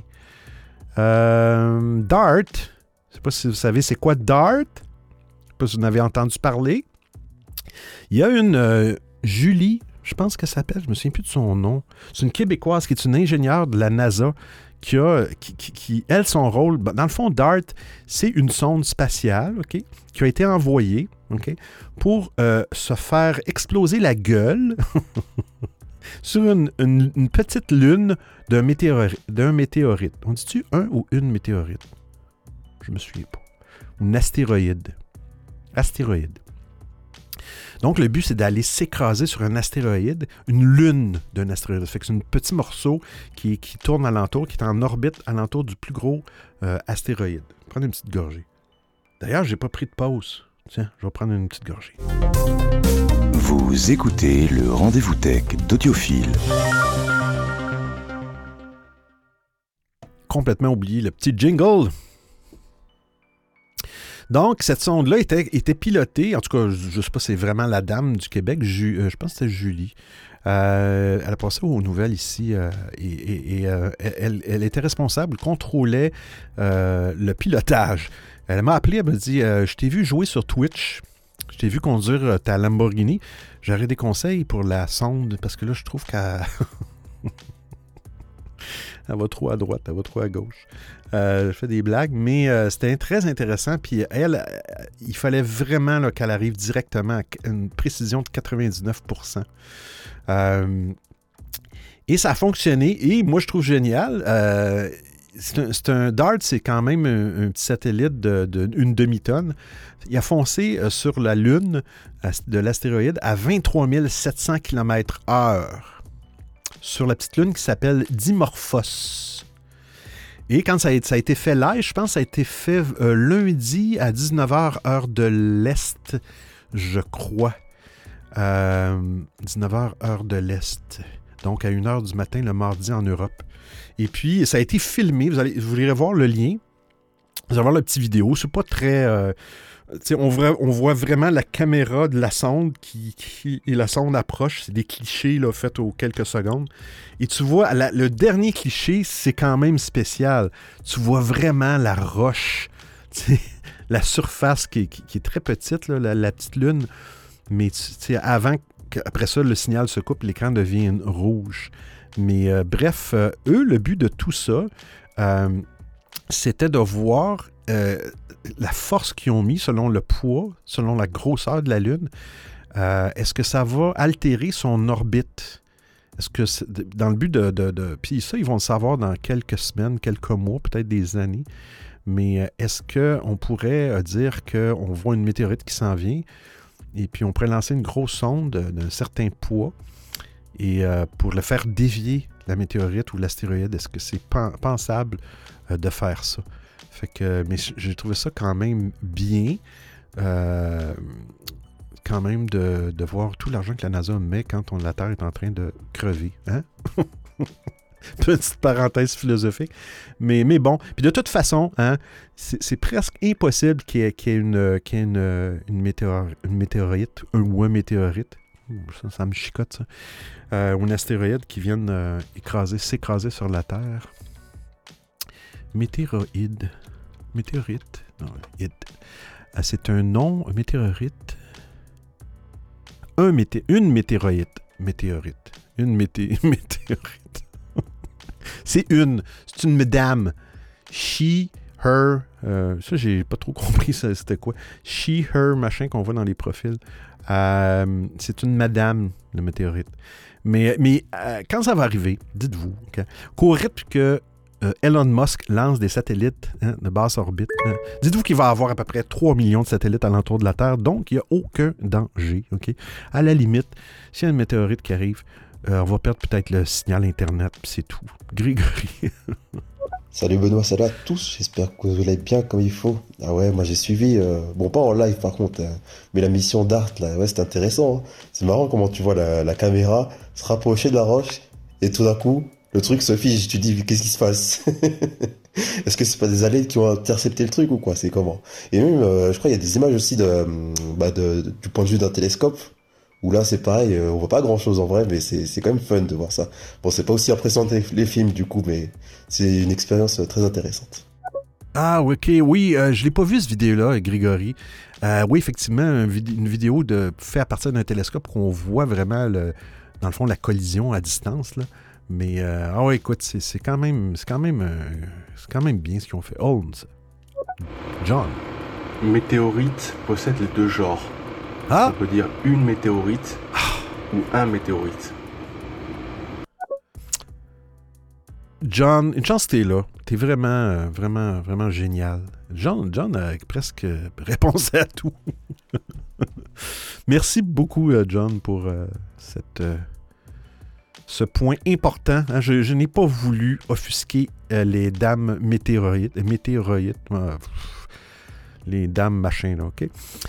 [SPEAKER 1] DART. Je ne sais pas si vous savez c'est quoi DART. Je ne sais pas si vous en avez entendu parler. Il y a une Julie, je pense qu'elle s'appelle, je me souviens plus de son nom. C'est une Québécoise qui est une ingénieure de la NASA qui elle, son rôle, dans le fond, DART, c'est une sonde spatiale, OK, qui a été envoyée, OK, pour se faire exploser la gueule sur une petite lune d'un météorite. On dit-tu un ou une météorite? Je me souviens pas. Une astéroïde. Donc, le but, c'est d'aller s'écraser sur un astéroïde, une lune d'un astéroïde. Fait que c'est un petit morceau qui tourne alentour, qui est en orbite alentour du plus gros astéroïde. Prendre une petite gorgée. D'ailleurs, j'ai pas pris de pause. Tiens, je vais prendre une petite gorgée.
[SPEAKER 4] Vous écoutez le Rendez-vous Tech d'Audiophile.
[SPEAKER 1] Complètement oublié le petit jingle. Donc, cette sonde-là était pilotée, en tout cas, je ne sais pas si c'est vraiment la dame du Québec, je pense que c'était Julie. Elle a passé aux nouvelles ici elle était responsable, contrôlait le pilotage. Elle m'a appelé, elle m'a dit « Je t'ai vu jouer sur Twitch, je t'ai vu conduire ta Lamborghini, j'aurais des conseils pour la sonde, parce que là, je trouve qu'elle... » Elle va trop à droite, elle va trop à gauche. Je fais des blagues, mais c'était très intéressant. Puis elle, il fallait vraiment là, qu'elle arrive directement à une précision de 99%. Et ça a fonctionné. Et moi, je trouve génial. C'est un DART, c'est quand même un petit satellite d'une demi-tonne. Il a foncé sur la Lune de l'astéroïde à 23 700 km/h. Sur la petite lune qui s'appelle Dimorphos. Et quand ça a été fait live, je pense que ça a été fait lundi à 19h, heure de l'Est, je crois. 19h, heure de l'Est. Donc à 1h du matin, le mardi en Europe. Et puis, ça a été filmé. Vous irez voir le lien. Vous allez voir la petite vidéo. C'est pas très... on voit vraiment la caméra de la sonde et la sonde approche. C'est des clichés là, faits aux quelques secondes. Et tu vois, le dernier cliché, c'est quand même spécial. Tu vois vraiment la roche, la surface qui est très petite, là, la petite lune. Mais après ça, le signal se coupe, l'écran devient rouge. Mais bref, eux, le but de tout ça, c'était de voir... la force qu'ils ont mis selon le poids, selon la grosseur de la Lune, est-ce que ça va altérer son orbite? Est-ce que dans le but de puis ça, ils vont le savoir dans quelques semaines, quelques mois, peut-être des années. Mais est-ce qu'on pourrait dire qu'on voit une météorite qui s'en vient et puis on pourrait lancer une grosse sonde d'un certain poids et pour le faire dévier la météorite ou l'astéroïde, est-ce que c'est pensable de faire ça? Fait que, mais j'ai trouvé ça quand même bien, quand même de voir tout l'argent que la NASA met quand la Terre est en train de crever. Hein? Petite parenthèse philosophique. Mais bon, puis de toute façon, hein, c'est presque impossible qu'il y ait une météorite ou un météorite. Ça me chicote, ça. Ou un astéroïde qui vienne s'écraser sur la Terre. Météorite. Non, c'est un nom, météorite. Une météorite. Une météorite. C'est une madame. She, her. Ça, j'ai pas trop compris c'était quoi. She, her, machin qu'on voit dans les profils. C'est une madame, le météorite. Mais quand ça va arriver, dites-vous qu'au rythme que Elon Musk lance des satellites de basse orbite, dites-vous qu'il va avoir à peu près 3 millions de satellites alentour de la Terre, donc il n'y a aucun danger. Okay? À la limite, s'il y a une météorite qui arrive, on va perdre peut-être le signal Internet, puis c'est tout. Grégory.
[SPEAKER 5] Salut Benoît, salut à tous, j'espère que vous allez bien comme il faut. Ah ouais, moi j'ai suivi, bon pas en live par contre, mais la mission d'Art là, ouais c'est intéressant. Hein. C'est marrant comment tu vois la caméra se rapprocher de la roche et tout d'un coup, le truc se fige, tu te dis qu'est-ce qui se passe? Est-ce que c'est pas des aliens qui ont intercepté le truc ou quoi? C'est comment? Et même, je crois qu'il y a des images aussi du point de vue d'un télescope. Où là c'est pareil, on voit pas grand chose en vrai, mais c'est quand même fun de voir ça. Bon, c'est pas aussi impressionnant que les films du coup, mais c'est une expérience très intéressante.
[SPEAKER 1] Ah, ok, oui, je l'ai pas vu cette vidéo-là, Grégory. Oui, effectivement, une vidéo faite à partir d'un télescope qu'on voit vraiment, dans le fond, la collision à distance, là. Mais, ouais, écoute, c'est quand même bien ce qu'ils ont fait. Holmes. John.
[SPEAKER 6] Météorite possède les deux genres.
[SPEAKER 1] Ah?
[SPEAKER 6] On peut dire une météorite ou un météorite.
[SPEAKER 1] John, une chance que t'es là. T'es vraiment, vraiment, vraiment génial. John a presque réponse à tout. Merci beaucoup, John, pour ce point important. Hein, je n'ai pas voulu offusquer les dames météorites. Les dames machin, là, OK?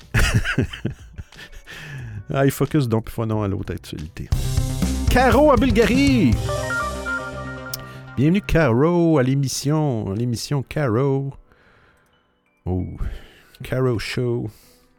[SPEAKER 1] Il focus donc fois non à l'autre actualité. Caro en Bulgarie! Bienvenue, Caro, à l'émission Caro. Oh, Caro Show.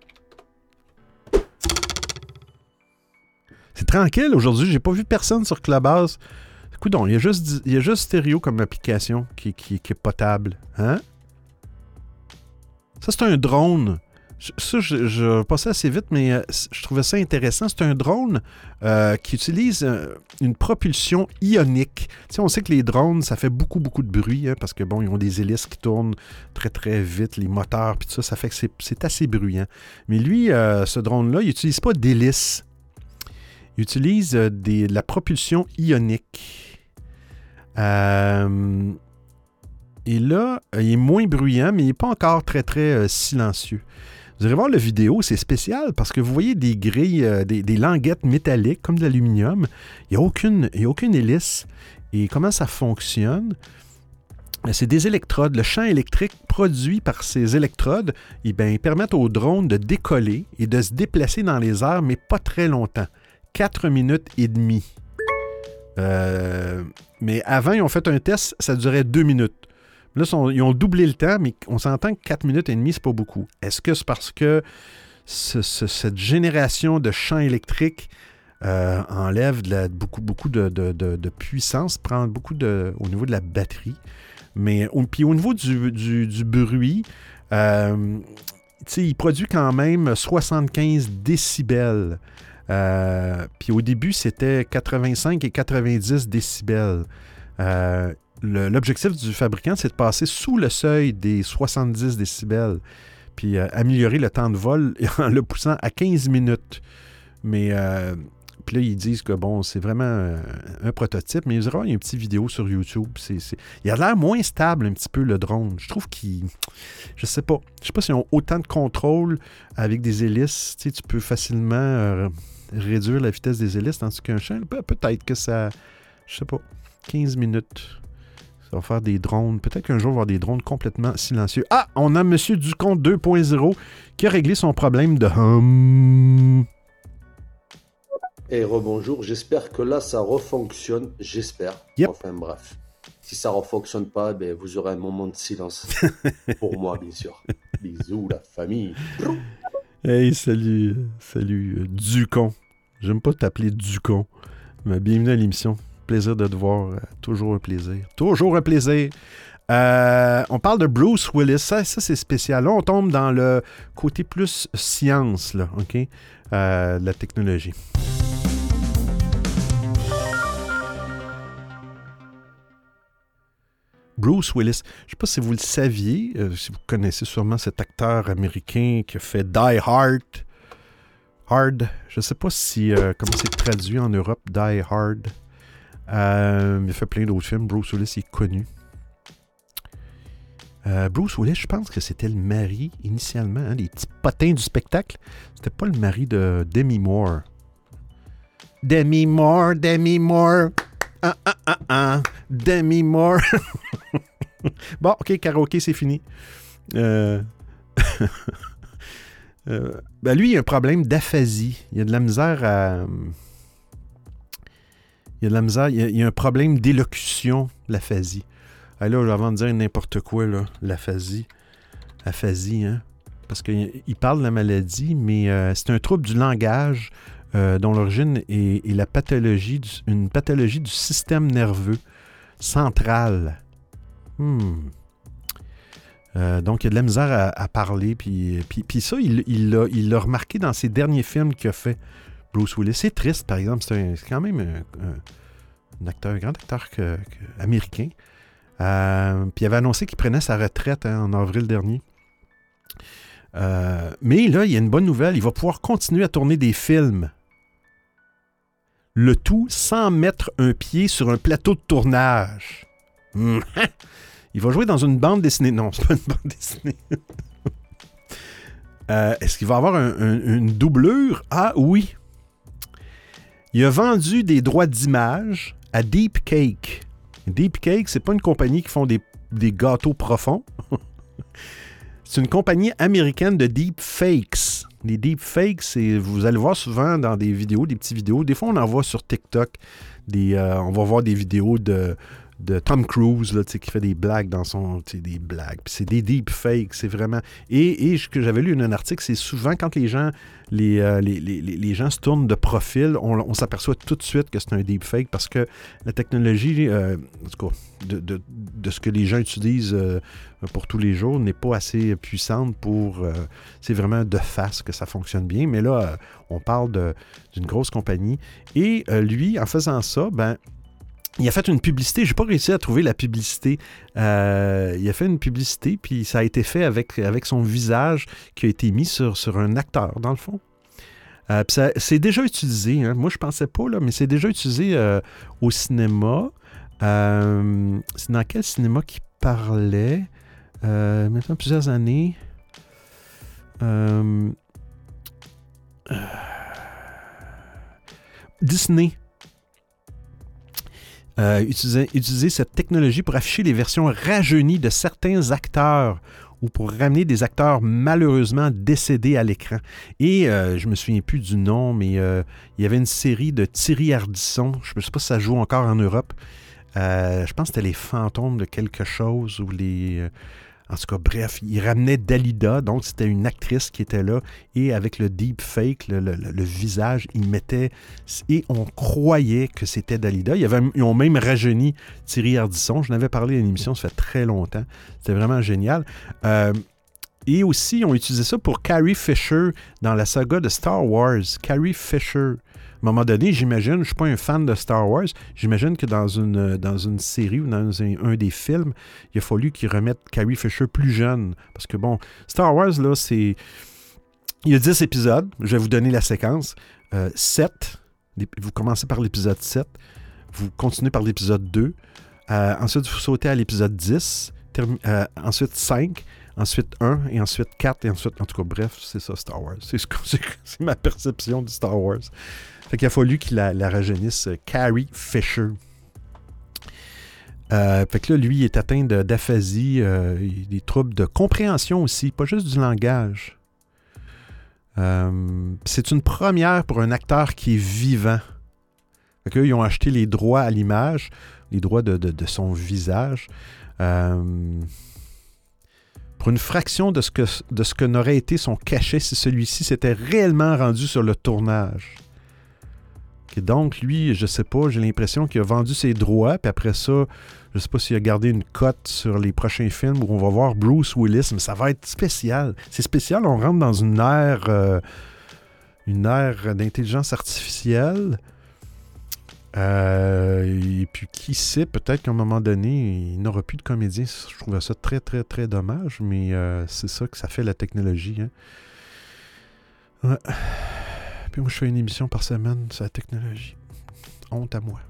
[SPEAKER 1] C'est tranquille aujourd'hui, j'ai pas vu personne sur Clubhouse. Coudon, il y a juste Stereo comme application qui est potable. Hein? Ça, c'est un drone. Je passais assez vite, mais je trouvais ça intéressant. C'est un drone qui utilise une propulsion ionique. Tu sais, on sait que les drones, ça fait beaucoup, beaucoup de bruit, hein, parce que, bon, ils ont des hélices qui tournent très, très vite, les moteurs, puis tout ça, ça fait que c'est assez bruyant. Mais lui, ce drone-là, il n'utilise pas d'hélice. Il utilise de la propulsion ionique. Et là, il est moins bruyant, mais il n'est pas encore très, très silencieux. Vous allez voir la vidéo, c'est spécial parce que vous voyez des grilles, des languettes métalliques comme de l'aluminium. Il n'y a aucune hélice. Et comment ça fonctionne? C'est des électrodes. Le champ électrique produit par ces électrodes, ils permettent au drone de décoller et de se déplacer dans les airs, mais pas très longtemps. 4 minutes et demie. Mais avant, ils ont fait un test, ça durait 2 minutes. Là, ils ont doublé le temps, mais on s'entend que 4 minutes et demie, c'est pas beaucoup. Est-ce que c'est parce que cette génération de champs électriques enlève beaucoup de puissance, prend beaucoup au niveau de la batterie? Mais puis au niveau du bruit, il produit quand même 75 décibels. Puis au début, c'était 85 et 90 décibels. L'objectif du fabricant, c'est de passer sous le seuil des 70 décibels, puis améliorer le temps de vol en le poussant à 15 minutes. Mais Puis là, ils disent que bon, c'est vraiment un prototype, mais il y a une petite vidéo sur YouTube. Il a l'air moins stable un petit peu, le drone. Je trouve je sais pas s'ils ont autant de contrôle avec des hélices. Tu sais, tu peux facilement réduire la vitesse des hélices tandis qu'un chien, peut-être que ça, je sais pas, 15 minutes. Ça va faire des drones. Peut-être qu'un jour, on va avoir des drones complètement silencieux. Ah, on a M. Ducon 2.0 qui a réglé son problème de hum.
[SPEAKER 7] Et rebonjour, j'espère que là, ça refonctionne. J'espère.
[SPEAKER 1] Yep.
[SPEAKER 7] Enfin, bref. Si ça refonctionne pas, ben, vous aurez un moment de silence. Pour moi, bien sûr. Bisous, la famille.
[SPEAKER 1] Hey, salut, Ducon. J'aime pas t'appeler Ducon, mais bienvenue à l'émission. Plaisir de te voir. Toujours un plaisir. Toujours un plaisir. On parle de Bruce Willis. Ça c'est spécial. Là, on tombe dans le côté plus science, là, OK? De la technologie. Bruce Willis. Je ne sais pas si vous le saviez, si vous connaissez sûrement cet acteur américain qui a fait Die Hard. Je ne sais pas si comment c'est traduit en Europe, Die Hard. Il a fait plein d'autres films. Bruce Willis est connu. Bruce Willis, je pense que c'était le mari, initialement, hein, les petits potins du spectacle. C'était pas le mari de Demi Moore. Demi Moore. Demi Moore. Bon, OK, karaoké, c'est fini. Lui, il a un problème d'aphasie. Il a de la misère à... Il y a un problème d'élocution, l'aphasie. Ah là, avant de dire n'importe quoi, là, l'aphasie, hein? Parce qu'il parle de la maladie, mais c'est un trouble du langage dont l'origine est une pathologie du système nerveux central. Donc, il y a de la misère à parler, puis ça, il l'a remarqué dans ses derniers films qu'il a fait. Bruce Willis. C'est triste, par exemple. C'est quand même un grand acteur américain. Puis il avait annoncé qu'il prenait sa retraite en avril dernier. Mais là, il y a une bonne nouvelle. Il va pouvoir continuer à tourner des films. Le tout sans mettre un pied sur un plateau de tournage. Il va jouer dans une bande dessinée. Non, c'est pas une bande dessinée. Est-ce qu'il va avoir une doublure? Ah oui. Il a vendu des droits d'image à Deep Cake. Deep Cake, c'est pas une compagnie qui font des gâteaux profonds. C'est une compagnie américaine de deepfakes. Les deepfakes, vous allez voir souvent dans des vidéos, des petites vidéos. Des fois, on en voit sur TikTok. On va voir des vidéos de Tom Cruise là, qui fait des blagues dans son... Des blagues. Puis c'est des deepfakes, c'est vraiment... Et ce que j'avais lu un article, c'est souvent quand les gens gens se tournent de profil, on s'aperçoit tout de suite que c'est un deepfake parce que la technologie, en tout cas, de ce que les gens utilisent pour tous les jours n'est pas assez puissante pour... c'est vraiment de face que ça fonctionne bien. Mais là, on parle d'une grosse compagnie. Et lui, en faisant ça, il a fait une publicité. Je n'ai pas réussi à trouver la publicité. Il a fait une publicité, puis ça a été fait avec son visage qui a été mis sur un acteur, dans le fond. C'est déjà utilisé. Hein. Moi, je ne pensais pas, là, mais c'est déjà utilisé au cinéma. C'est dans quel cinéma qu'il parlait? Maintenant, plusieurs années. Disney. Utiliser cette technologie pour afficher les versions rajeunies de certains acteurs ou pour ramener des acteurs malheureusement décédés à l'écran. Et je me souviens plus du nom, mais il y avait une série de Thierry Ardisson. Je ne sais pas si ça joue encore en Europe. Je pense que c'était les fantômes de quelque chose ou les... En tout cas, bref, il ramenait Dalida, donc c'était une actrice qui était là, et avec le deepfake, le visage, il mettait... Et on croyait que c'était Dalida. Ils ont même rajeuni Thierry Ardisson. Je n'avais parlé à une émission, ça fait très longtemps. C'était vraiment génial. Et aussi, on utilisait ça pour Carrie Fisher dans la saga de Star Wars. Carrie Fisher. À un moment donné, j'imagine, je ne suis pas un fan de Star Wars, j'imagine que dans une série ou dans un des films, il a fallu qu'ils remettent Carrie Fisher plus jeune. Parce que bon, Star Wars, là, c'est... Il y a 10 épisodes, je vais vous donner la séquence. 7, Vous commencez par l'épisode 7, vous continuez par l'épisode 2, ensuite vous sautez à l'épisode 10, ensuite 5, ensuite 1, et ensuite 4, et ensuite... En tout cas, bref, c'est ça, Star Wars. C'est ma perception du Star Wars. Fait qu'il a fallu qu'il la rajeunisse, Carrie Fisher. Fait que là, lui, il est atteint d'aphasie, des troubles de compréhension aussi, pas juste du langage. C'est une première pour un acteur qui est vivant. Fait que là, ils ont acheté les droits à l'image, les droits de son visage, pour une fraction de ce que n'aurait été son cachet si celui-ci s'était réellement rendu sur le tournage. Et donc, lui, je sais pas, j'ai l'impression qu'il a vendu ses droits, puis après ça, je sais pas s'il a gardé une cote sur les prochains films où on va voir Bruce Willis, mais ça va être spécial. C'est spécial, on rentre dans une ère d'intelligence artificielle. Et puis, qui sait, peut-être qu'à un moment donné, il n'aura plus de comédien. Je trouve ça très, très, très dommage, mais c'est ça que ça fait la technologie. Hein. Ouais. Puis moi, je fais une émission par semaine sur la technologie. Honte à moi.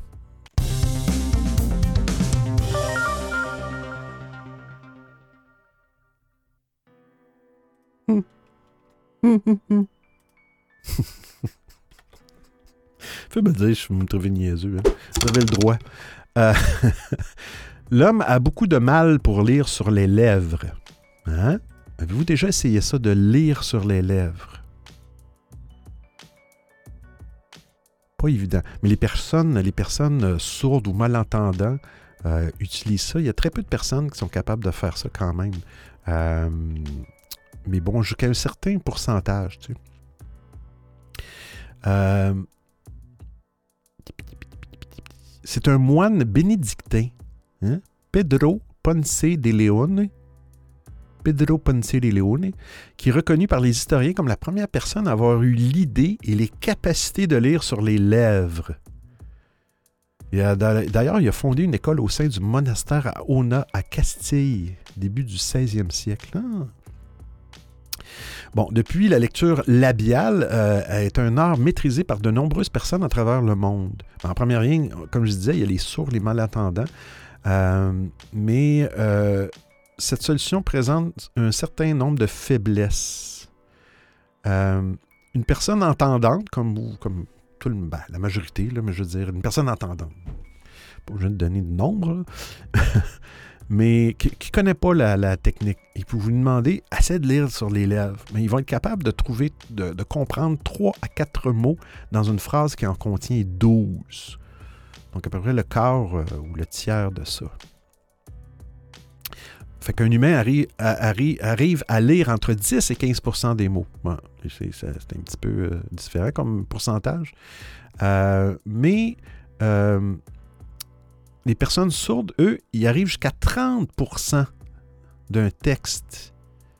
[SPEAKER 1] Fais me dire, je me trouvais niaiseux. Hein? Vous avez le droit. L'homme a beaucoup de mal pour lire sur les lèvres. Hein? Avez-vous déjà essayé ça, de lire sur les lèvres? Pas évident. Mais les personnes sourdes ou malentendants utilisent ça. Il y a très peu de personnes qui sont capables de faire ça quand même. Mais bon, jusqu'à un certain pourcentage, tu sais. C'est un moine bénédictin, hein? Pedro Ponce de León, qui est reconnu par les historiens comme la première personne à avoir eu l'idée et les capacités de lire sur les lèvres. D'ailleurs, il a fondé une école au sein du monastère à Ona, à Castille, début du 16e siècle. Ah. Bon, depuis, la lecture labiale est un art maîtrisé par de nombreuses personnes à travers le monde. En première ligne, comme je disais, il y a les sourds, les malentendants, mais cette solution présente un certain nombre de faiblesses. Une personne entendante, comme la majorité, là, mais je veux dire, une personne entendante, pas besoin de donner de nombre, mais qui ne connaît pas la technique, et puis vous lui demandez, essaie de lire sur les lèvres, mais ils vont être capables de trouver, de comprendre 3 à 4 mots dans une phrase qui en contient 12. Donc à peu près le quart ou le tiers de ça. Fait qu'un humain arrive à lire entre 10 et 15% des mots. Bon, c'est un petit peu différent comme pourcentage. Mais les personnes sourdes, eux, ils arrivent jusqu'à 30% d'un texte.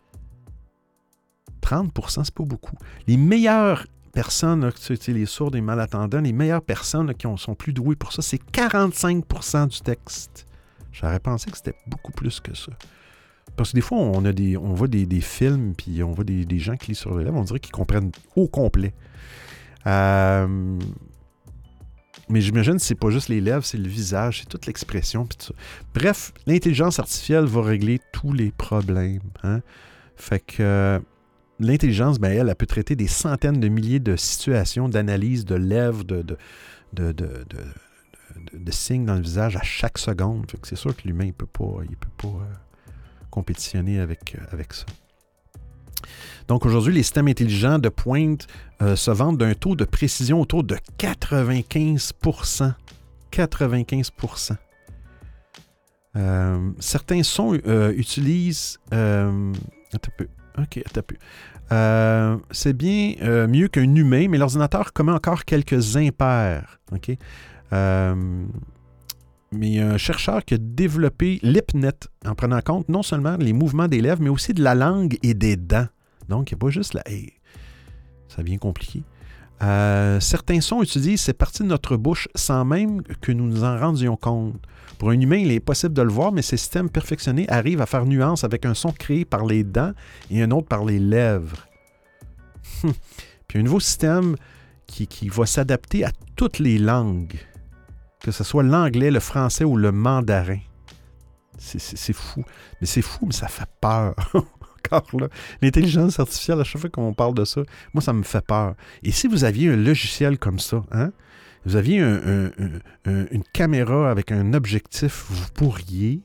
[SPEAKER 1] 30%, c'est pas beaucoup. Les meilleures personnes, là, les sourds et malentendants, les meilleures personnes là, qui sont plus douées pour ça, c'est 45% du texte. J'aurais pensé que c'était beaucoup plus que ça. Parce que des fois, on voit des films, puis on voit des gens qui lisent sur les lèvres, on dirait qu'ils comprennent au complet. Mais j'imagine que c'est pas juste les lèvres, c'est le visage, c'est toute l'expression, puis tout ça. Bref, l'intelligence artificielle va régler tous les problèmes. Hein? Fait que l'intelligence, ben, elle peut traiter des centaines de milliers de situations d'analyse de lèvres, de signes dans le visage à chaque seconde. Fait que c'est sûr que l'humain, il peut pas compétitionner avec ça. Donc aujourd'hui, les systèmes intelligents de pointe se vendent d'un taux de précision autour de 95%. 95%. Certains sons utilisent... attends un peu. C'est bien mieux qu'un humain, mais l'ordinateur commet encore quelques impairs. OK? Mais il y a un chercheur qui a développé l'IPNet en prenant compte non seulement les mouvements des lèvres, mais aussi de la langue et des dents. Donc, il n'y a pas juste la... Hey, ça devient compliqué. Certains sons utilisent ces parties de notre bouche sans même que nous nous en rendions compte. Pour un humain, il est possible de le voir, mais ces systèmes perfectionnés arrivent à faire nuance avec un son créé par les dents et un autre par les lèvres. Puis un nouveau système qui va s'adapter à toutes les langues, que ce soit l'anglais, le français ou le mandarin. C'est fou. Mais c'est fou, mais ça fait peur. Encore là. L'intelligence artificielle, à chaque fois qu'on parle de ça, moi, ça me fait peur. Et si vous aviez un logiciel comme ça, hein, vous aviez une caméra avec un objectif, vous pourriez,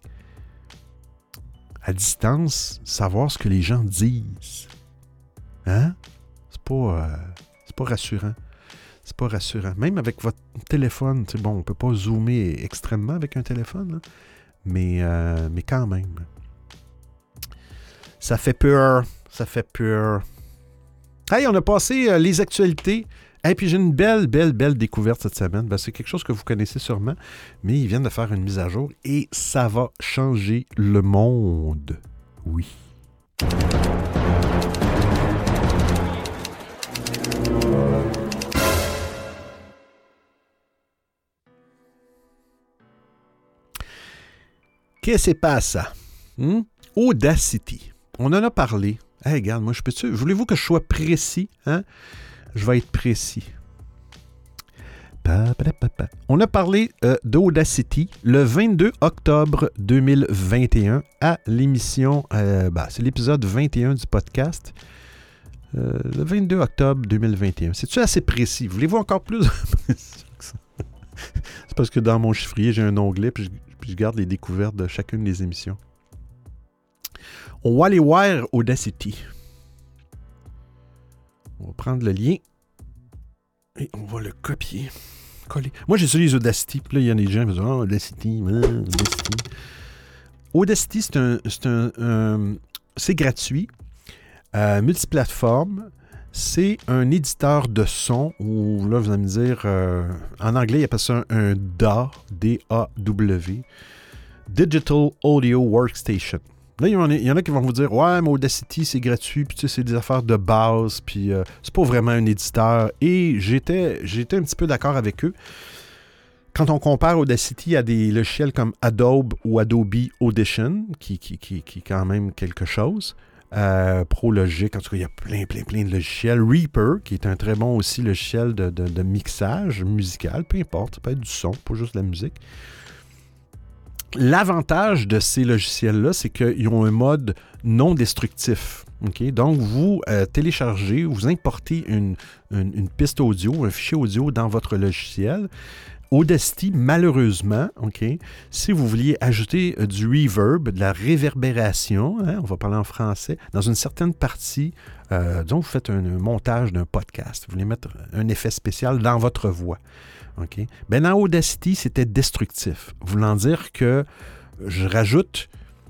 [SPEAKER 1] à distance, savoir ce que les gens disent. Hein? C'est pas rassurant. C'est pas rassurant. Même avec votre téléphone, bon, on peut pas zoomer extrêmement avec un téléphone, là, mais quand même. Ça fait peur. Ça fait peur. Hey, on a passé les actualités. Et puis j'ai une belle découverte cette semaine. Ben, c'est quelque chose que vous connaissez sûrement, mais ils viennent de faire une mise à jour et ça va changer le monde. Oui. Qu'est-ce qui se passe? Audacity. On en a parlé. Hey, regarde, moi, voulez-vous que je sois précis? Hein? Je vais être précis. On a parlé d'Audacity le 22 octobre 2021 à l'émission, c'est l'épisode 21 du podcast. Le 22 octobre 2021. C'est-tu assez précis? Voulez-vous encore plus précis que ça? C'est parce que dans mon chiffrier, j'ai un onglet puis je garde les découvertes de chacune des émissions. On va aller voir Audacity. On va prendre le lien et on va le copier. Coller. Moi, j'utilise Audacity. Puis là, il y a des gens qui me disent « Oh, Audacity, Audacity. » Audacity, c'est gratuit. Multiplateforme. C'est un éditeur de son où, là, vous allez me dire, en anglais, il appelle ça un DAW, D-A-W, Digital Audio Workstation. Là, il y en a qui vont vous dire « Ouais, mais Audacity, c'est gratuit, puis tu sais, c'est des affaires de base, puis c'est pas vraiment un éditeur. » Et j'étais un petit peu d'accord avec eux. Quand on compare Audacity à des logiciels comme Adobe ou Adobe Audition, qui est quand même quelque chose, ProLogic, en tout cas, il y a plein de logiciels. Reaper, qui est un très bon aussi logiciel de mixage musical, peu importe, ça peut être du son, pas juste de la musique. L'avantage de ces logiciels-là, c'est qu'ils ont un mode non destructif. Okay? Donc, vous téléchargez, vous importez une piste audio, un fichier audio dans votre logiciel. Audacity, malheureusement, si vous vouliez ajouter du reverb, de la réverbération, on va parler en français, dans une certaine partie, donc vous faites un montage d'un podcast, vous voulez mettre un effet spécial dans votre voix. Okay. Ben dans Audacity, c'était destructif. Voulant dire que je rajoute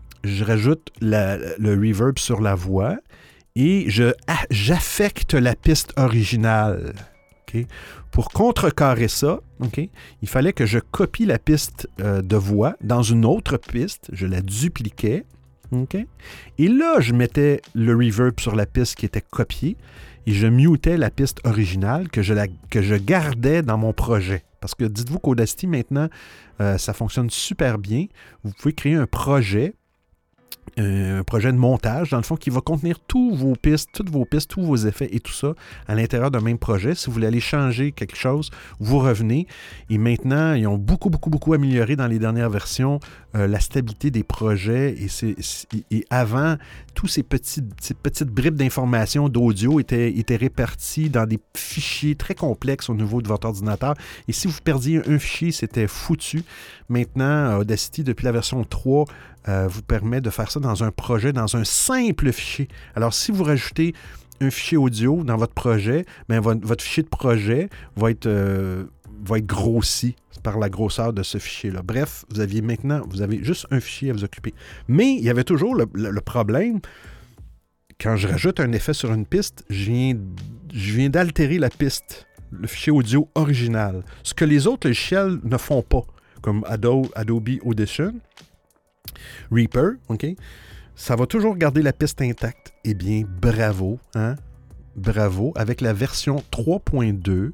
[SPEAKER 1] le reverb sur la voix et j'affecte la piste originale. Okay. Pour contrecarrer ça, il fallait que je copie la piste de voix dans une autre piste. Je la dupliquais. Et là, je mettais le reverb sur la piste qui était copiée. Et je mutais la piste originale que je gardais dans mon projet. Parce que dites-vous qu'Audacity, maintenant, ça fonctionne super bien. Vous pouvez créer un projet de montage, dans le fond, qui va contenir toutes vos pistes, tous vos effets et tout ça à l'intérieur d'un même projet. Si vous voulez aller changer quelque chose, vous revenez. Et maintenant, ils ont beaucoup amélioré dans les dernières versions la stabilité des projets. Et avant, tous ces petites bribes d'informations d'audio étaient réparties dans des fichiers très complexes au niveau de votre ordinateur. Et si vous perdiez un fichier, c'était foutu. Maintenant, Audacity, depuis la version 3, vous permet de faire ça dans un projet, dans un simple fichier. Alors, si vous rajoutez un fichier audio dans votre projet, bien, votre fichier de projet va être grossi par la grosseur de ce fichier-là. Bref, vous avez juste un fichier à vous occuper. Mais il y avait toujours le problème, quand je rajoute un effet sur une piste, je viens d'altérer la piste, le fichier audio original. Ce que les autres logiciels ne font pas, comme Adobe Audition, Reaper, ça va toujours garder la piste intacte. Eh bien, bravo, bravo. Avec la version 3.2,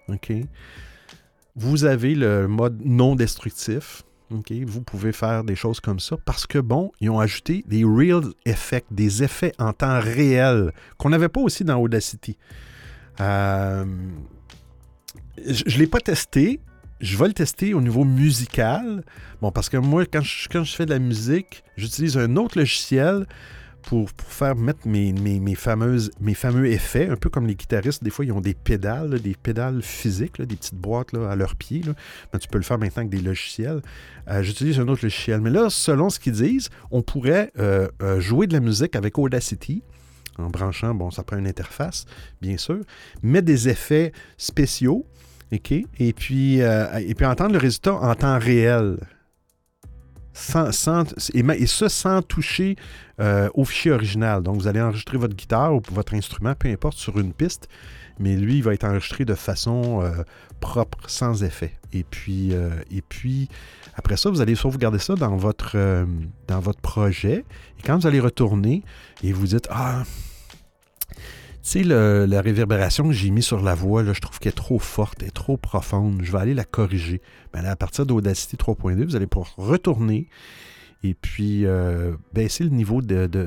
[SPEAKER 1] vous avez le mode non destructif. Vous pouvez faire des choses comme ça parce que, ils ont ajouté des real effects, des effets en temps réel qu'on n'avait pas aussi dans Audacity. je ne l'ai pas testé. Je vais le tester au niveau musical. Bon, parce que moi, quand je fais de la musique, j'utilise un autre logiciel pour faire mettre mes fameux effets, un peu comme les guitaristes. Des fois, ils ont des pédales, là, des pédales physiques, là, des petites boîtes là, à leurs pieds. Là. Ben, tu peux le faire maintenant avec des logiciels. J'utilise un autre logiciel. Mais là, selon ce qu'ils disent, on pourrait jouer de la musique avec Audacity. En branchant, bon, ça prend une interface, bien sûr. Mettre des effets spéciaux. OK? Et puis entendre le résultat en temps réel. Et ça sans toucher au fichier original. Donc, vous allez enregistrer votre guitare ou votre instrument, peu importe, sur une piste, mais lui, il va être enregistré de façon propre, sans effet. Et puis, après ça, vous allez sauvegarder ça dans votre projet. Et quand vous allez retourner et vous dites « Ah, tu sais, la réverbération que j'ai mis sur la voix, là, je trouve qu'elle est trop forte, elle est trop profonde. Je vais aller la corriger. » Ben là, à partir d'Audacity 3.2, vous allez pouvoir retourner et puis baisser le niveau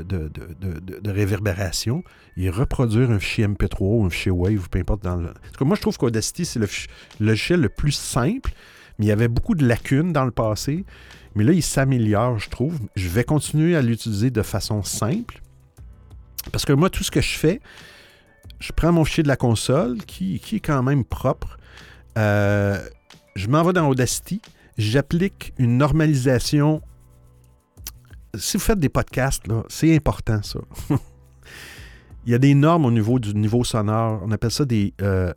[SPEAKER 1] de réverbération et reproduire un fichier MP3 ou un fichier Wave, peu importe. En tout cas, moi, je trouve qu'Audacity, c'est le logiciel le plus simple, mais il y avait beaucoup de lacunes dans le passé. Mais là, il s'améliore, je trouve. Je vais continuer à l'utiliser de façon simple parce que moi, tout ce que je fais, je prends mon fichier de la console, qui est quand même propre. Je m'en vais dans Audacity. J'applique une normalisation. Si vous faites des podcasts, là, c'est important, ça. Il y a des normes au niveau du niveau sonore. On appelle ça des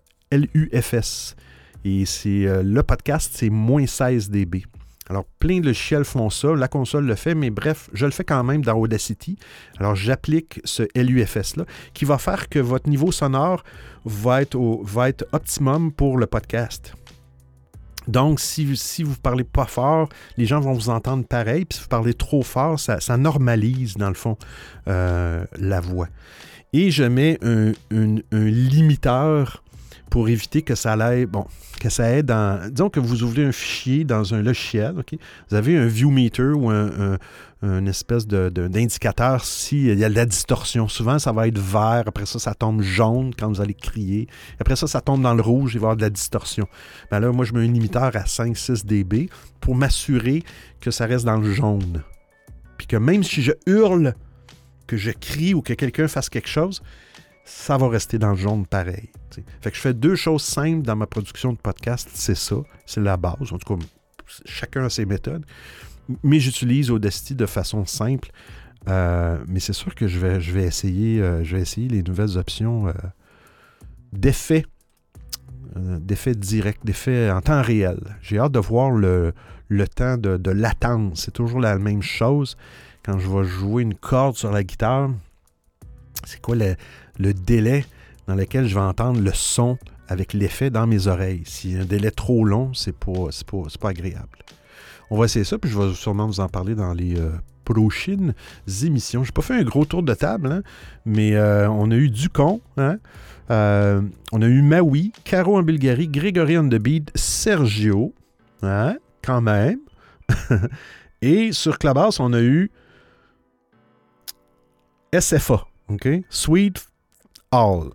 [SPEAKER 1] LUFS. Et le podcast, c'est moins 16 dB. Alors, plein de logiciels font ça. La console le fait, mais bref, je le fais quand même dans Audacity. Alors, j'applique ce LUFS-là qui va faire que votre niveau sonore va être optimum pour le podcast. Donc, si vous ne parlez pas fort, les gens vont vous entendre pareil. Puis si vous parlez trop fort, ça normalise, dans le fond, la voix. Et je mets un limiteur pour éviter que ça aille, que ça aide dans... Disons que vous ouvrez un fichier dans un logiciel, OK? Vous avez un viewmeter ou une espèce d'indicateur s'il y a de la distorsion. Souvent, ça va être vert. Après ça, ça tombe jaune quand vous allez crier. Après ça, ça tombe dans le rouge. Il va y avoir de la distorsion. Ben là, moi, je mets un limiteur à 5-6 dB pour m'assurer que ça reste dans le jaune. Puis que même si je hurle, que je crie ou que quelqu'un fasse quelque chose, ça va rester dans le jaune pareil. T'sais. Fait que je fais 2 choses simples dans ma production de podcast, c'est ça, c'est la base. En tout cas, chacun a ses méthodes. Mais j'utilise Audacity de façon simple. Mais c'est sûr que je vais essayer les nouvelles options d'effets directs, d'effets en temps réel. J'ai hâte de voir le temps de latence. C'est toujours la même chose. Quand je vais jouer une corde sur la guitare, c'est quoi le délai dans lequel je vais entendre le son avec l'effet dans mes oreilles. S'il y a un délai trop long, c'est pas agréable. On va essayer ça, puis je vais sûrement vous en parler dans les prochaines émissions. Je n'ai pas fait un gros tour de table, hein, mais on a eu Ducon, hein, on a eu Maui, Caro en Bulgarie, Grégory on the Beat, Sergio, hein, quand même. Et sur Clubhouse, on a eu SFA, OK? Sweet All.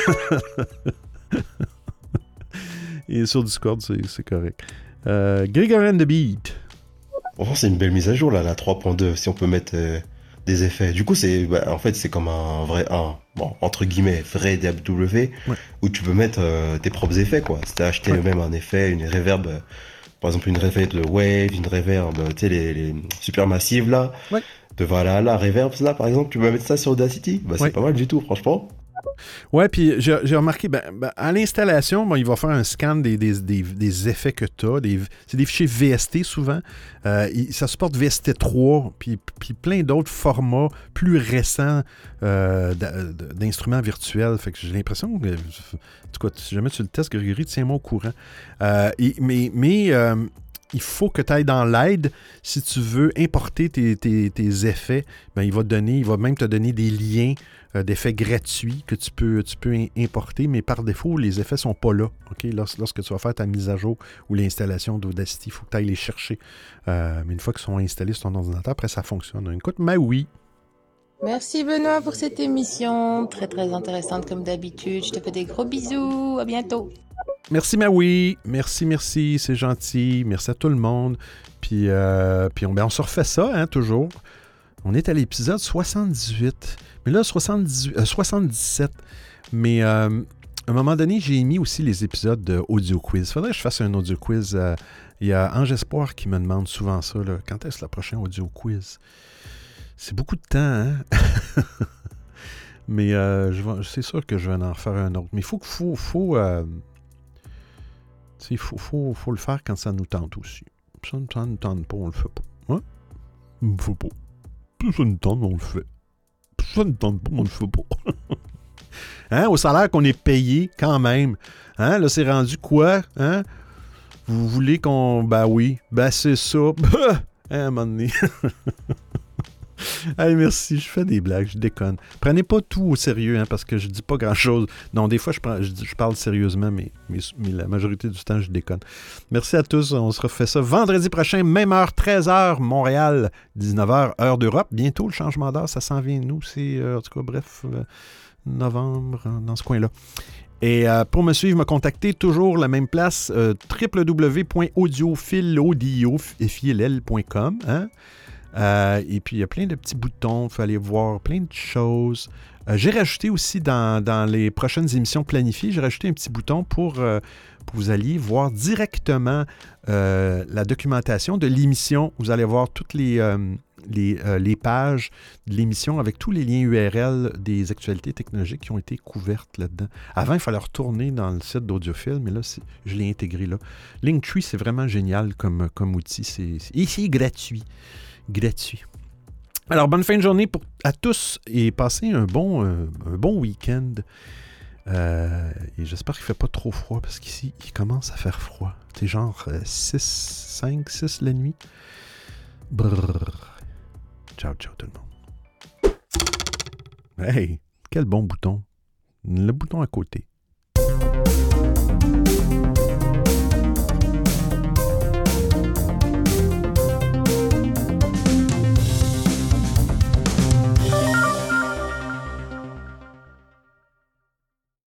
[SPEAKER 1] Et sur Discord, c'est correct. Grégory and the Beat.
[SPEAKER 5] Enfin, c'est une belle mise à jour, là, la 3.2, si on peut mettre des effets. Du coup, en fait, c'est comme un vrai, entre guillemets, vrai DAW, ouais, où tu peux mettre tes propres effets, quoi. Si t'as acheté même un effet, une reverb, par exemple, une reverb de Wave, une reverb, tu sais, les super massives, là. Ouais. De Valhalla, reverb, là, par exemple, tu peux mettre ça sur Audacity. Bah, c'est pas mal du tout, franchement.
[SPEAKER 1] Ouais, puis j'ai remarqué, à l'installation, il va faire un scan des effets que tu as. C'est des fichiers VST souvent. Ça supporte VST 3, puis plein d'autres formats plus récents d'instruments virtuels. Fait que j'ai l'impression que, en tout cas, si jamais tu le testes, Grégory, tiens-moi au courant. Il faut que tu ailles dans l'aide si tu veux importer tes effets. Il va même te donner des liens d'effets gratuits que tu peux importer, mais par défaut, les effets ne sont pas là. Okay? Lorsque tu vas faire ta mise à jour ou l'installation d'Audacity, il faut que tu ailles les chercher. Mais une fois qu'ils sont installés sur ton ordinateur, après ça fonctionne. Écoute, oui.
[SPEAKER 2] Merci Benoît pour cette émission, très très intéressante comme d'habitude. Je te fais des gros bisous, à bientôt.
[SPEAKER 1] Merci, Maui. Merci, c'est gentil. Merci à tout le monde. Puis on se refait ça, hein, toujours. On est à l'épisode 78. Mais là, 77. Mais à un moment donné, j'ai mis aussi les épisodes de audio quiz. Il faudrait que je fasse un audio quiz. Il y a Ange Espoir qui me demande souvent ça. Là. Quand est-ce le prochain audio quiz? C'est beaucoup de temps, hein? Mais c'est sûr que je vais en faire un autre. Mais il faut le faire quand ça nous tente aussi. Ça ne nous tente pas, on le fait pas. Hein? Il ne faut pas. Si ça nous tente, on le fait. Si ça ne nous tente pas, on le fait pas. Hein? Au salaire qu'on est payé quand même. Hein? Là, c'est rendu quoi? Hein? Vous voulez qu'on... Ben oui. Ben c'est ça. Hein, à un moment donné. Hey, merci, je fais des blagues, je déconne. Prenez pas tout au sérieux, hein, parce que je dis pas grand-chose. Non, des fois, je parle sérieusement, mais la majorité du temps, je déconne. Merci à tous, on se refait ça vendredi prochain, même heure, 13h, Montréal, 19h, heure d'Europe. Bientôt, le changement d'heure, ça s'en vient de nous. C'est, en tout cas, bref, novembre, dans ce coin-là. Et pour me suivre, me contacter, toujours la même place, www.audiophile.com, hein? Et puis, il y a plein de petits boutons. Il faut aller voir plein de choses. J'ai rajouté aussi dans les prochaines émissions planifiées, j'ai rajouté un petit bouton pour que vous alliez voir directement la documentation de l'émission. Vous allez voir toutes les pages de l'émission avec tous les liens URL des actualités technologiques qui ont été couvertes là-dedans. Avant, il fallait retourner dans le site d'Audiophile, mais là, je l'ai intégré là. Linktree, c'est vraiment génial comme outil. Et c'est gratuit. Alors, bonne fin de journée à tous et passez un bon week-end. Et j'espère qu'il ne fait pas trop froid parce qu'ici, il commence à faire froid. C'est genre 5, 6 la nuit. Brrr. Ciao tout le monde. Hey, quel bon bouton. Le bouton à côté.